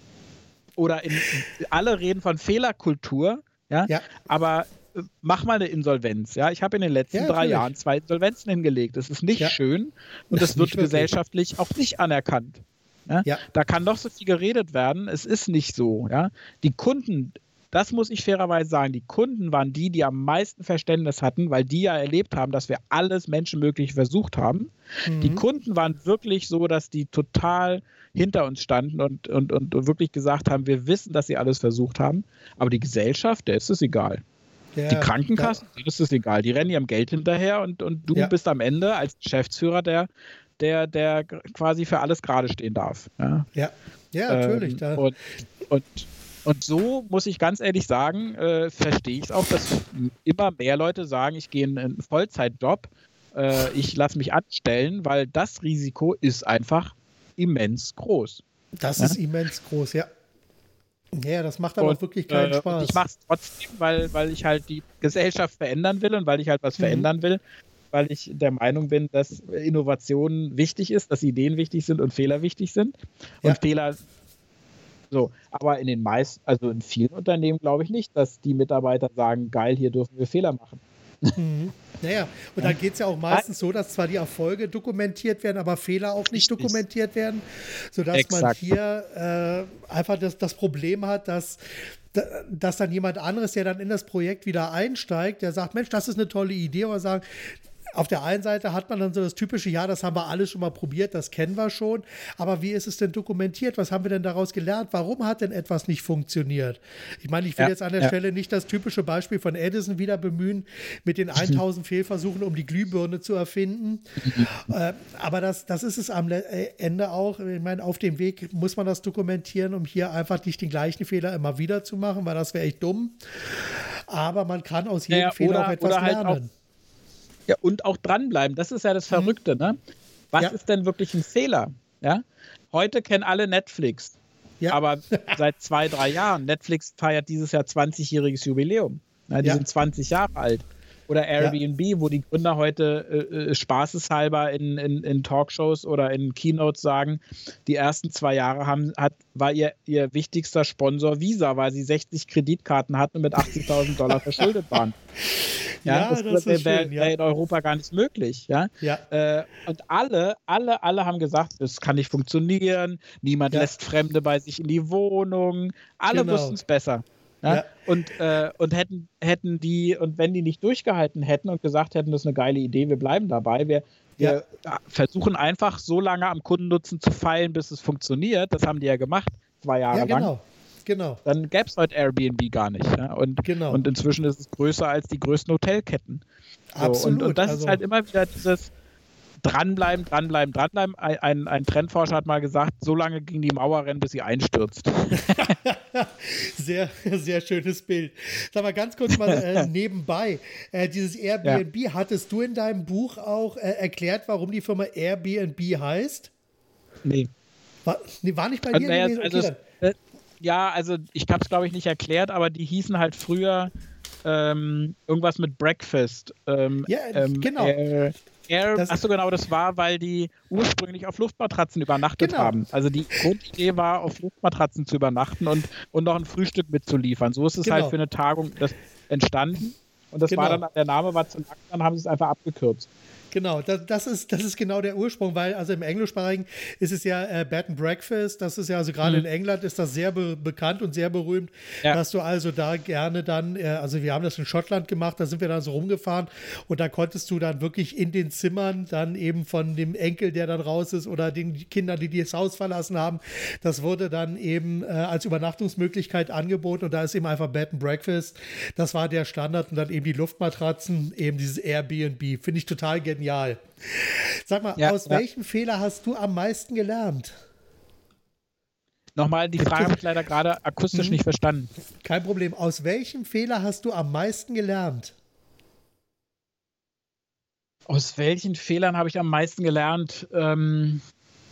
Oder in, alle reden von Fehlerkultur, ja, ja. aber äh, mach mal eine Insolvenz. Ja, ich habe in den letzten ja, drei Jahren zwei Insolvenzen hingelegt. Das ist nicht ja. schön und das, das wird gesellschaftlich auch nicht anerkannt. Ja? Ja. Da kann doch so viel geredet werden. Es ist nicht so. Ja? Die Kunden, das muss ich fairerweise sagen, die Kunden waren die, die am meisten Verständnis hatten, weil die ja erlebt haben, dass wir alles Menschenmögliche versucht haben. Mhm. Die Kunden waren wirklich so, dass die total hinter uns standen und, und, und wirklich gesagt haben, wir wissen, dass sie alles versucht haben, aber die Gesellschaft, der ist es egal. Ja, die Krankenkassen, ja. ist es egal. Die rennen ihrem Geld hinterher und, und du ja. bist am Ende als Geschäftsführer der, der, der quasi für alles gerade stehen darf. Ja, ja, ja natürlich. Ähm, und, und, und so muss ich ganz ehrlich sagen, äh, verstehe ich es auch, dass immer mehr Leute sagen, ich gehe in einen Vollzeitjob, äh, ich lasse mich anstellen, weil das Risiko ist einfach immens groß. Das ja? ist immens groß, ja. Ja, das macht aber und, auch wirklich keinen äh, Spaß. Ich mache es trotzdem, weil, weil ich halt die Gesellschaft verändern will und weil ich halt was mhm. verändern will, weil ich der Meinung bin, dass Innovation wichtig ist, dass Ideen wichtig sind und Fehler wichtig sind. Und ja. Fehler so, aber in den meisten, also in vielen Unternehmen glaube ich nicht, dass die Mitarbeiter sagen, geil, hier dürfen wir Fehler machen. Mhm. Naja, und dann geht es ja auch meistens so, dass zwar die Erfolge dokumentiert werden, aber Fehler auch nicht dokumentiert werden, sodass Exakt. man hier äh, einfach das, das Problem hat, dass, dass dann jemand anderes, der dann in das Projekt wieder einsteigt, der sagt, Mensch, das ist eine tolle Idee, oder sagen, auf der einen Seite hat man dann so das typische, ja, das haben wir alles schon mal probiert, das kennen wir schon, aber wie ist es denn dokumentiert? Was haben wir denn daraus gelernt? Warum hat denn etwas nicht funktioniert? Ich meine, ich will ja, jetzt an der ja. Stelle nicht das typische Beispiel von Edison wieder bemühen, mit den tausend Fehlversuchen, um die Glühbirne zu erfinden, äh, aber das, das ist es am Ende auch. Ich meine, auf dem Weg muss man das dokumentieren, um hier einfach nicht den gleichen Fehler immer wieder zu machen, weil das wäre echt dumm, aber man kann aus jedem ja, Fehler oder, auch etwas halt lernen. Auch Ja, und auch dranbleiben, das ist ja das Verrückte, ne? Was ja. ist denn wirklich ein Fehler? Ja? Heute kennen alle Netflix, ja. aber seit zwei, drei Jahren, Netflix feiert dieses Jahr zwanzigjähriges Jubiläum. Ja, die ja. sind zwanzig Jahre alt. Oder Airbnb, ja. wo die Gründer heute äh, spaßeshalber in, in, in Talkshows oder in Keynotes sagen, die ersten zwei Jahre haben, hat, war ihr, ihr wichtigster Sponsor Visa, weil sie sechzig Kreditkarten hatten und mit achtzigtausend Dollar verschuldet waren. Ja, ja, das, das wäre wär, wär ja. in Europa gar nicht möglich. Ja? Ja. Äh, und alle, alle, alle haben gesagt, das kann nicht funktionieren, niemand ja. lässt Fremde bei sich in die Wohnung, alle genau. wussten es besser. Ja? Ja. Und, äh, und hätten, hätten die, und wenn die nicht durchgehalten hätten und gesagt hätten, das ist eine geile Idee, wir bleiben dabei, wir, wir ja. versuchen einfach so lange am Kundennutzen zu feilen, bis es funktioniert, das haben die ja gemacht, zwei Jahre ja, genau. lang. Genau. Dann gäbe es heute Airbnb gar nicht. Ja? Und, genau. und inzwischen ist es größer als die größten Hotelketten. So, Absolut. Und, und das also. ist halt immer wieder dieses Dranbleiben, dranbleiben, dranbleiben. Ein, ein, ein Trendforscher hat mal gesagt, so lange ging die Mauer rennen, bis sie einstürzt. Sehr, sehr schönes Bild. Sag mal ganz kurz mal äh, nebenbei. Äh, dieses Airbnb, ja. hattest du in deinem Buch auch äh, erklärt, warum die Firma Airbnb heißt? Nee. War, nee, war nicht bei dir naja, gewesen? Also okay, es, ja, also ich habe es, glaube ich, nicht erklärt, aber die hießen halt früher ähm, irgendwas mit Breakfast. Ähm, ja, ähm, genau. Air, Air, Das, achso, genau, das war, weil die ursprünglich auf Luftmatratzen übernachtet genau. haben. Also die Grundidee war, auf Luftmatratzen zu übernachten und, und noch ein Frühstück mitzuliefern. So ist es Genau. halt für eine Tagung das entstanden. Und das Genau. war dann, der Name war zu lang, dann haben sie es einfach abgekürzt. Genau, das, das, ist, das ist genau der Ursprung, weil also im Englischsprachigen ist es ja äh, Bed and Breakfast, das ist ja, also gerade Mhm. in England ist das sehr be bekannt und sehr berühmt, Ja. dass du also da gerne dann, äh, also wir haben das in Schottland gemacht, da sind wir dann so rumgefahren und da konntest du dann wirklich in den Zimmern dann eben von dem Enkel, der dann raus ist oder den Kindern, die das Haus verlassen haben, das wurde dann eben äh, als Übernachtungsmöglichkeit angeboten und da ist eben einfach Bed and Breakfast, das war der Standard und dann eben die Luftmatratzen, eben dieses Airbnb, finde ich total genial. Genial. Sag mal, Ja, aus ja. welchem Fehler hast du am meisten gelernt? Nochmal, die Frage habe ich leider gerade akustisch Mhm. nicht verstanden. Kein Problem. Aus welchem Fehler hast du am meisten gelernt? Aus welchen Fehlern habe ich am meisten gelernt? Ähm,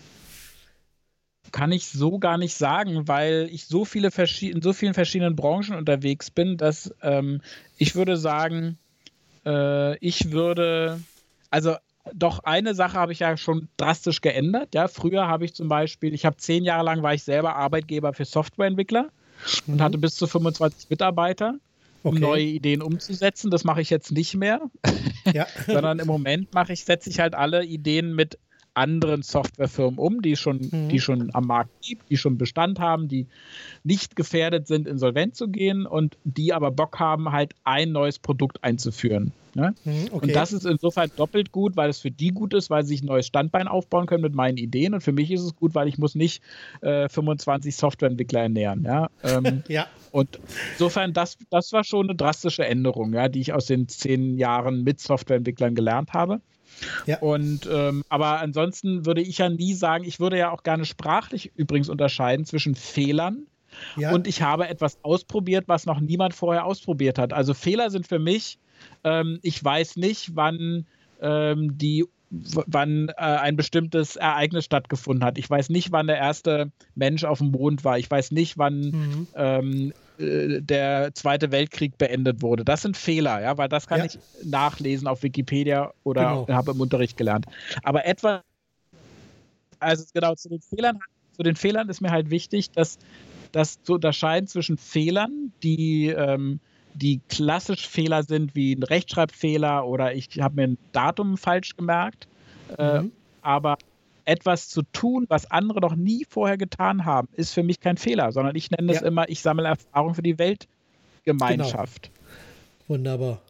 kann ich so gar nicht sagen, weil ich so viele verschi- in so vielen verschiedenen Branchen unterwegs bin, dass ähm, ich würde sagen, äh, ich würde, also doch eine Sache habe ich ja schon drastisch geändert. Ja, früher habe ich zum Beispiel, ich habe zehn Jahre lang war ich selber Arbeitgeber für Softwareentwickler und Mhm. hatte bis zu fünfundzwanzig Mitarbeiter, um Okay. neue Ideen umzusetzen. Das mache ich jetzt nicht mehr, Ja. sondern im Moment mache ich, setze ich halt alle Ideen mit anderen Softwarefirmen um, die schon, Mhm. die schon am Markt gibt, die schon Bestand haben, die nicht gefährdet sind, insolvent zu gehen und die aber Bock haben, halt ein neues Produkt einzuführen. Ne? Mhm, okay. Und das ist insofern doppelt gut, weil es für die gut ist, weil sie sich ein neues Standbein aufbauen können mit meinen Ideen. Und für mich ist es gut, weil ich muss nicht äh, fünfundzwanzig Softwareentwickler ernähren. Ja? Ähm, Ja. und insofern, das, das war schon eine drastische Änderung, ja, die ich aus den zehn Jahren mit Softwareentwicklern gelernt habe. Ja. Und ähm, aber ansonsten würde ich ja nie sagen, ich würde ja auch gerne sprachlich übrigens unterscheiden zwischen Fehlern Ja. und ich habe etwas ausprobiert, was noch niemand vorher ausprobiert hat. Also Fehler sind für mich, ähm, ich weiß nicht, wann ähm, die w- wann äh, ein bestimmtes Ereignis stattgefunden hat. Ich weiß nicht, wann der erste Mensch auf dem Mond war. Ich weiß nicht, wann Mhm. ähm, äh, der Zweite Weltkrieg beendet wurde. Das sind Fehler, ja, weil das kann Ja. ich nachlesen auf Wikipedia oder Genau. habe im Unterricht gelernt. Aber etwas, also genau, zu den Fehlern, zu den Fehlern ist mir halt wichtig, dass das zu unterscheiden zwischen Fehlern, die, ähm, die klassisch Fehler sind, wie ein Rechtschreibfehler oder ich habe mir ein Datum falsch gemerkt, äh, Mhm. aber etwas zu tun, was andere noch nie vorher getan haben, ist für mich kein Fehler, sondern ich nenne es Ja. immer, ich sammle Erfahrung für die Weltgemeinschaft. Wunderbar.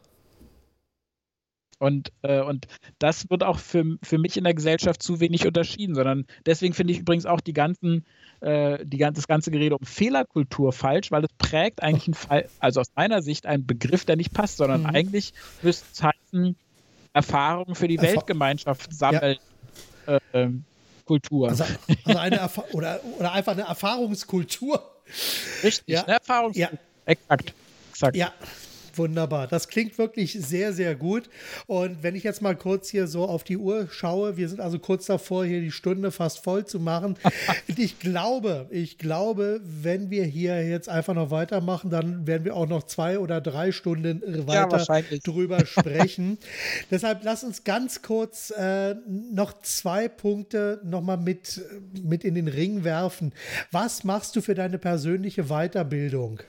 Und, äh, und das wird auch für, für mich in der Gesellschaft zu wenig unterschieden, sondern deswegen finde ich übrigens auch die ganzen, äh, die, gan- das ganze Gerede um Fehlerkultur falsch, weil es prägt eigentlich einen Fall, also aus meiner Sicht einen Begriff, der nicht passt, sondern Mhm. eigentlich müsste es heißen, Erfahrung für die Erfa- Weltgemeinschaft sammeln. Äh, ähm, Kultur. Also, also eine Erfa oder, oder einfach eine Erfahrungskultur. Richtig, ja. eine Erfahrung. Ja. Exakt. Exakt. Ja, wunderbar. Das klingt wirklich sehr, sehr gut. Und wenn ich jetzt mal kurz hier so auf die Uhr schaue, wir sind also kurz davor, hier die Stunde fast voll zu machen. Ich glaube, ich glaube, wenn wir hier jetzt einfach noch weitermachen, dann werden wir auch noch zwei oder drei Stunden weiter wahrscheinlich. drüber sprechen. Deshalb lass uns ganz kurz äh, noch zwei Punkte nochmal mit, mit in den Ring werfen. Was machst du für deine persönliche Weiterbildung?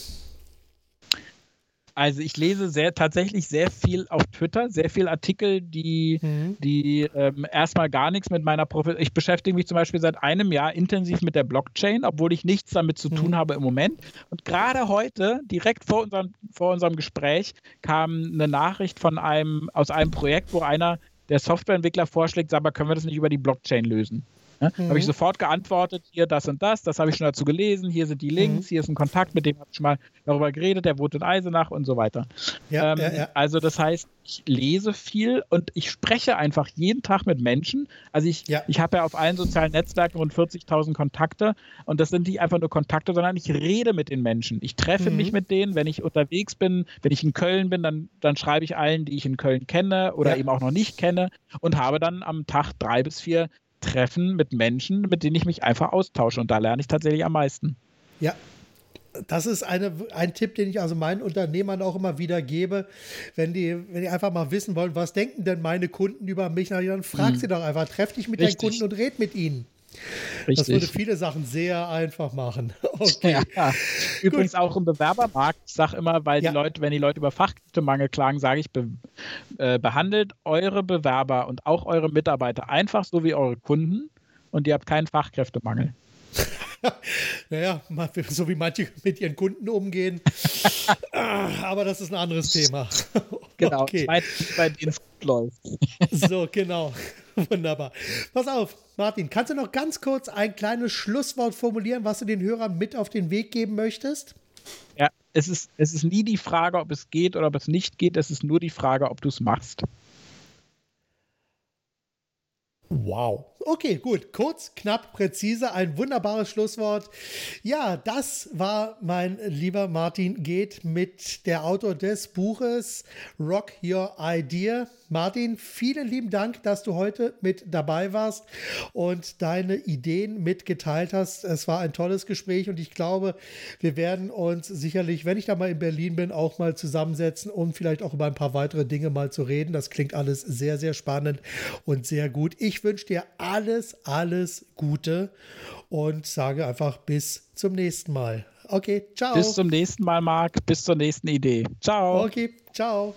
Also ich lese sehr, tatsächlich sehr viel auf Twitter, sehr viel Artikel, die, Mhm. die ähm, erstmal gar nichts mit meiner Profession. Ich beschäftige mich zum Beispiel seit einem Jahr intensiv mit der Blockchain, obwohl ich nichts damit zu tun Mhm. habe im Moment. Und gerade heute, direkt vor unserem, vor unserem Gespräch, kam eine Nachricht von einem, aus einem Projekt, wo einer der Softwareentwickler vorschlägt, sag mal, können wir das nicht über die Blockchain lösen? Ne? Mhm. Habe ich sofort geantwortet, hier das und das, das habe ich schon dazu gelesen, hier sind die Links, Mhm. hier ist ein Kontakt, mit dem habe ich schon mal darüber geredet, der wohnt in Eisenach und so weiter. Ja, ähm, ja, ja. Also das heißt, ich lese viel und ich spreche einfach jeden Tag mit Menschen. Also ich, Ja. ich habe ja auf allen sozialen Netzwerken rund vierzigtausend Kontakte und das sind nicht einfach nur Kontakte, sondern ich rede mit den Menschen. Ich treffe Mhm. mich mit denen, wenn ich unterwegs bin, wenn ich in Köln bin, dann, dann schreibe ich allen, die ich in Köln kenne oder Ja. eben auch noch nicht kenne und habe dann am Tag drei bis vier Treffen mit Menschen, mit denen ich mich einfach austausche und da lerne ich tatsächlich am meisten. Ja, Das ist eine, ein Tipp, den ich also meinen Unternehmern auch immer wieder gebe. Wenn die, wenn die einfach mal wissen wollen, was denken denn meine Kunden über mich, dann frag hm. sie doch einfach, treff dich mit Richtig. deinen Kunden und red mit ihnen. Richtig. Das würde viele Sachen sehr einfach machen. Okay. Ja. Übrigens Gut. auch im Bewerbermarkt, ich sage immer, weil ja. die Leute, wenn die Leute über Fachkräftemangel klagen, sage ich, be, äh, behandelt eure Bewerber und auch eure Mitarbeiter einfach so wie eure Kunden und ihr habt keinen Fachkräftemangel. Naja, so wie manche mit ihren Kunden umgehen. Aber das ist ein anderes Thema. Genau, okay. Bei denen es gut läuft. So, genau. Wunderbar. Pass auf, Martin, kannst du noch ganz kurz ein kleines Schlusswort formulieren, was du den Hörern mit auf den Weg geben möchtest? Ja, es ist, es ist nie die Frage, ob es geht oder ob es nicht geht. Es ist nur die Frage, ob du es machst. Wow. Okay, gut. Kurz, knapp, präzise. Ein wunderbares Schlusswort. Ja, das war mein lieber Martin Geeth mit der Autor des Buches Rock Your Idea. Martin, vielen lieben Dank, dass du heute mit dabei warst und deine Ideen mitgeteilt hast. Es war ein tolles Gespräch und ich glaube, wir werden uns sicherlich, wenn ich da mal in Berlin bin, auch mal zusammensetzen, um vielleicht auch über ein paar weitere Dinge mal zu reden. Das klingt alles sehr, sehr spannend und sehr gut. Ich wünsche dir alles, alles Gute und sage einfach bis zum nächsten Mal. Okay, ciao. Bis zum nächsten Mal, Marc. Bis zur nächsten Idee. Ciao. Okay, ciao.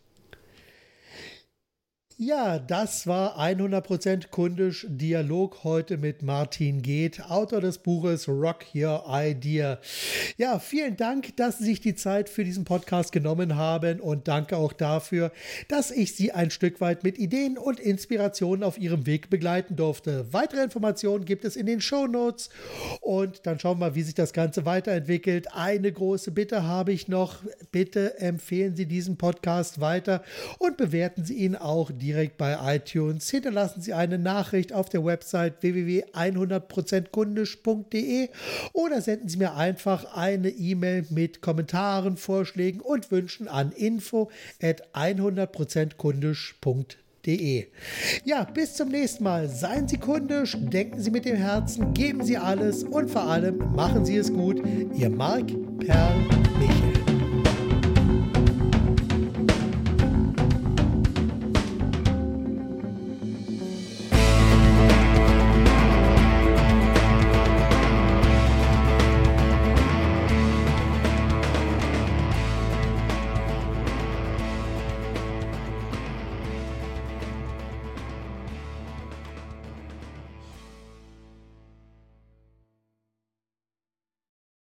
Ja, das war hundert Prozent kundisch Dialog heute mit Martin Geeth, Autor des Buches Rock Your Idea. Ja, vielen Dank, dass Sie sich die Zeit für diesen Podcast genommen haben und danke auch dafür, dass ich Sie ein Stück weit mit Ideen und Inspirationen auf Ihrem Weg begleiten durfte. Weitere Informationen gibt es in den Shownotes und dann schauen wir mal, wie sich das Ganze weiterentwickelt. Eine große Bitte habe ich noch. Bitte empfehlen Sie diesen Podcast weiter und bewerten Sie ihn auch direkt direkt bei iTunes. Hinterlassen Sie eine Nachricht auf der Website w w w punkt hundert prozent kundisch punkt d e oder senden Sie mir einfach eine E-Mail mit Kommentaren, Vorschlägen und Wünschen an info at hundert prozent kundisch punkt d e. Ja, bis zum nächsten Mal. Seien Sie kundisch, denken Sie mit dem Herzen, geben Sie alles und vor allem machen Sie es gut. Ihr Marc Perl Michael.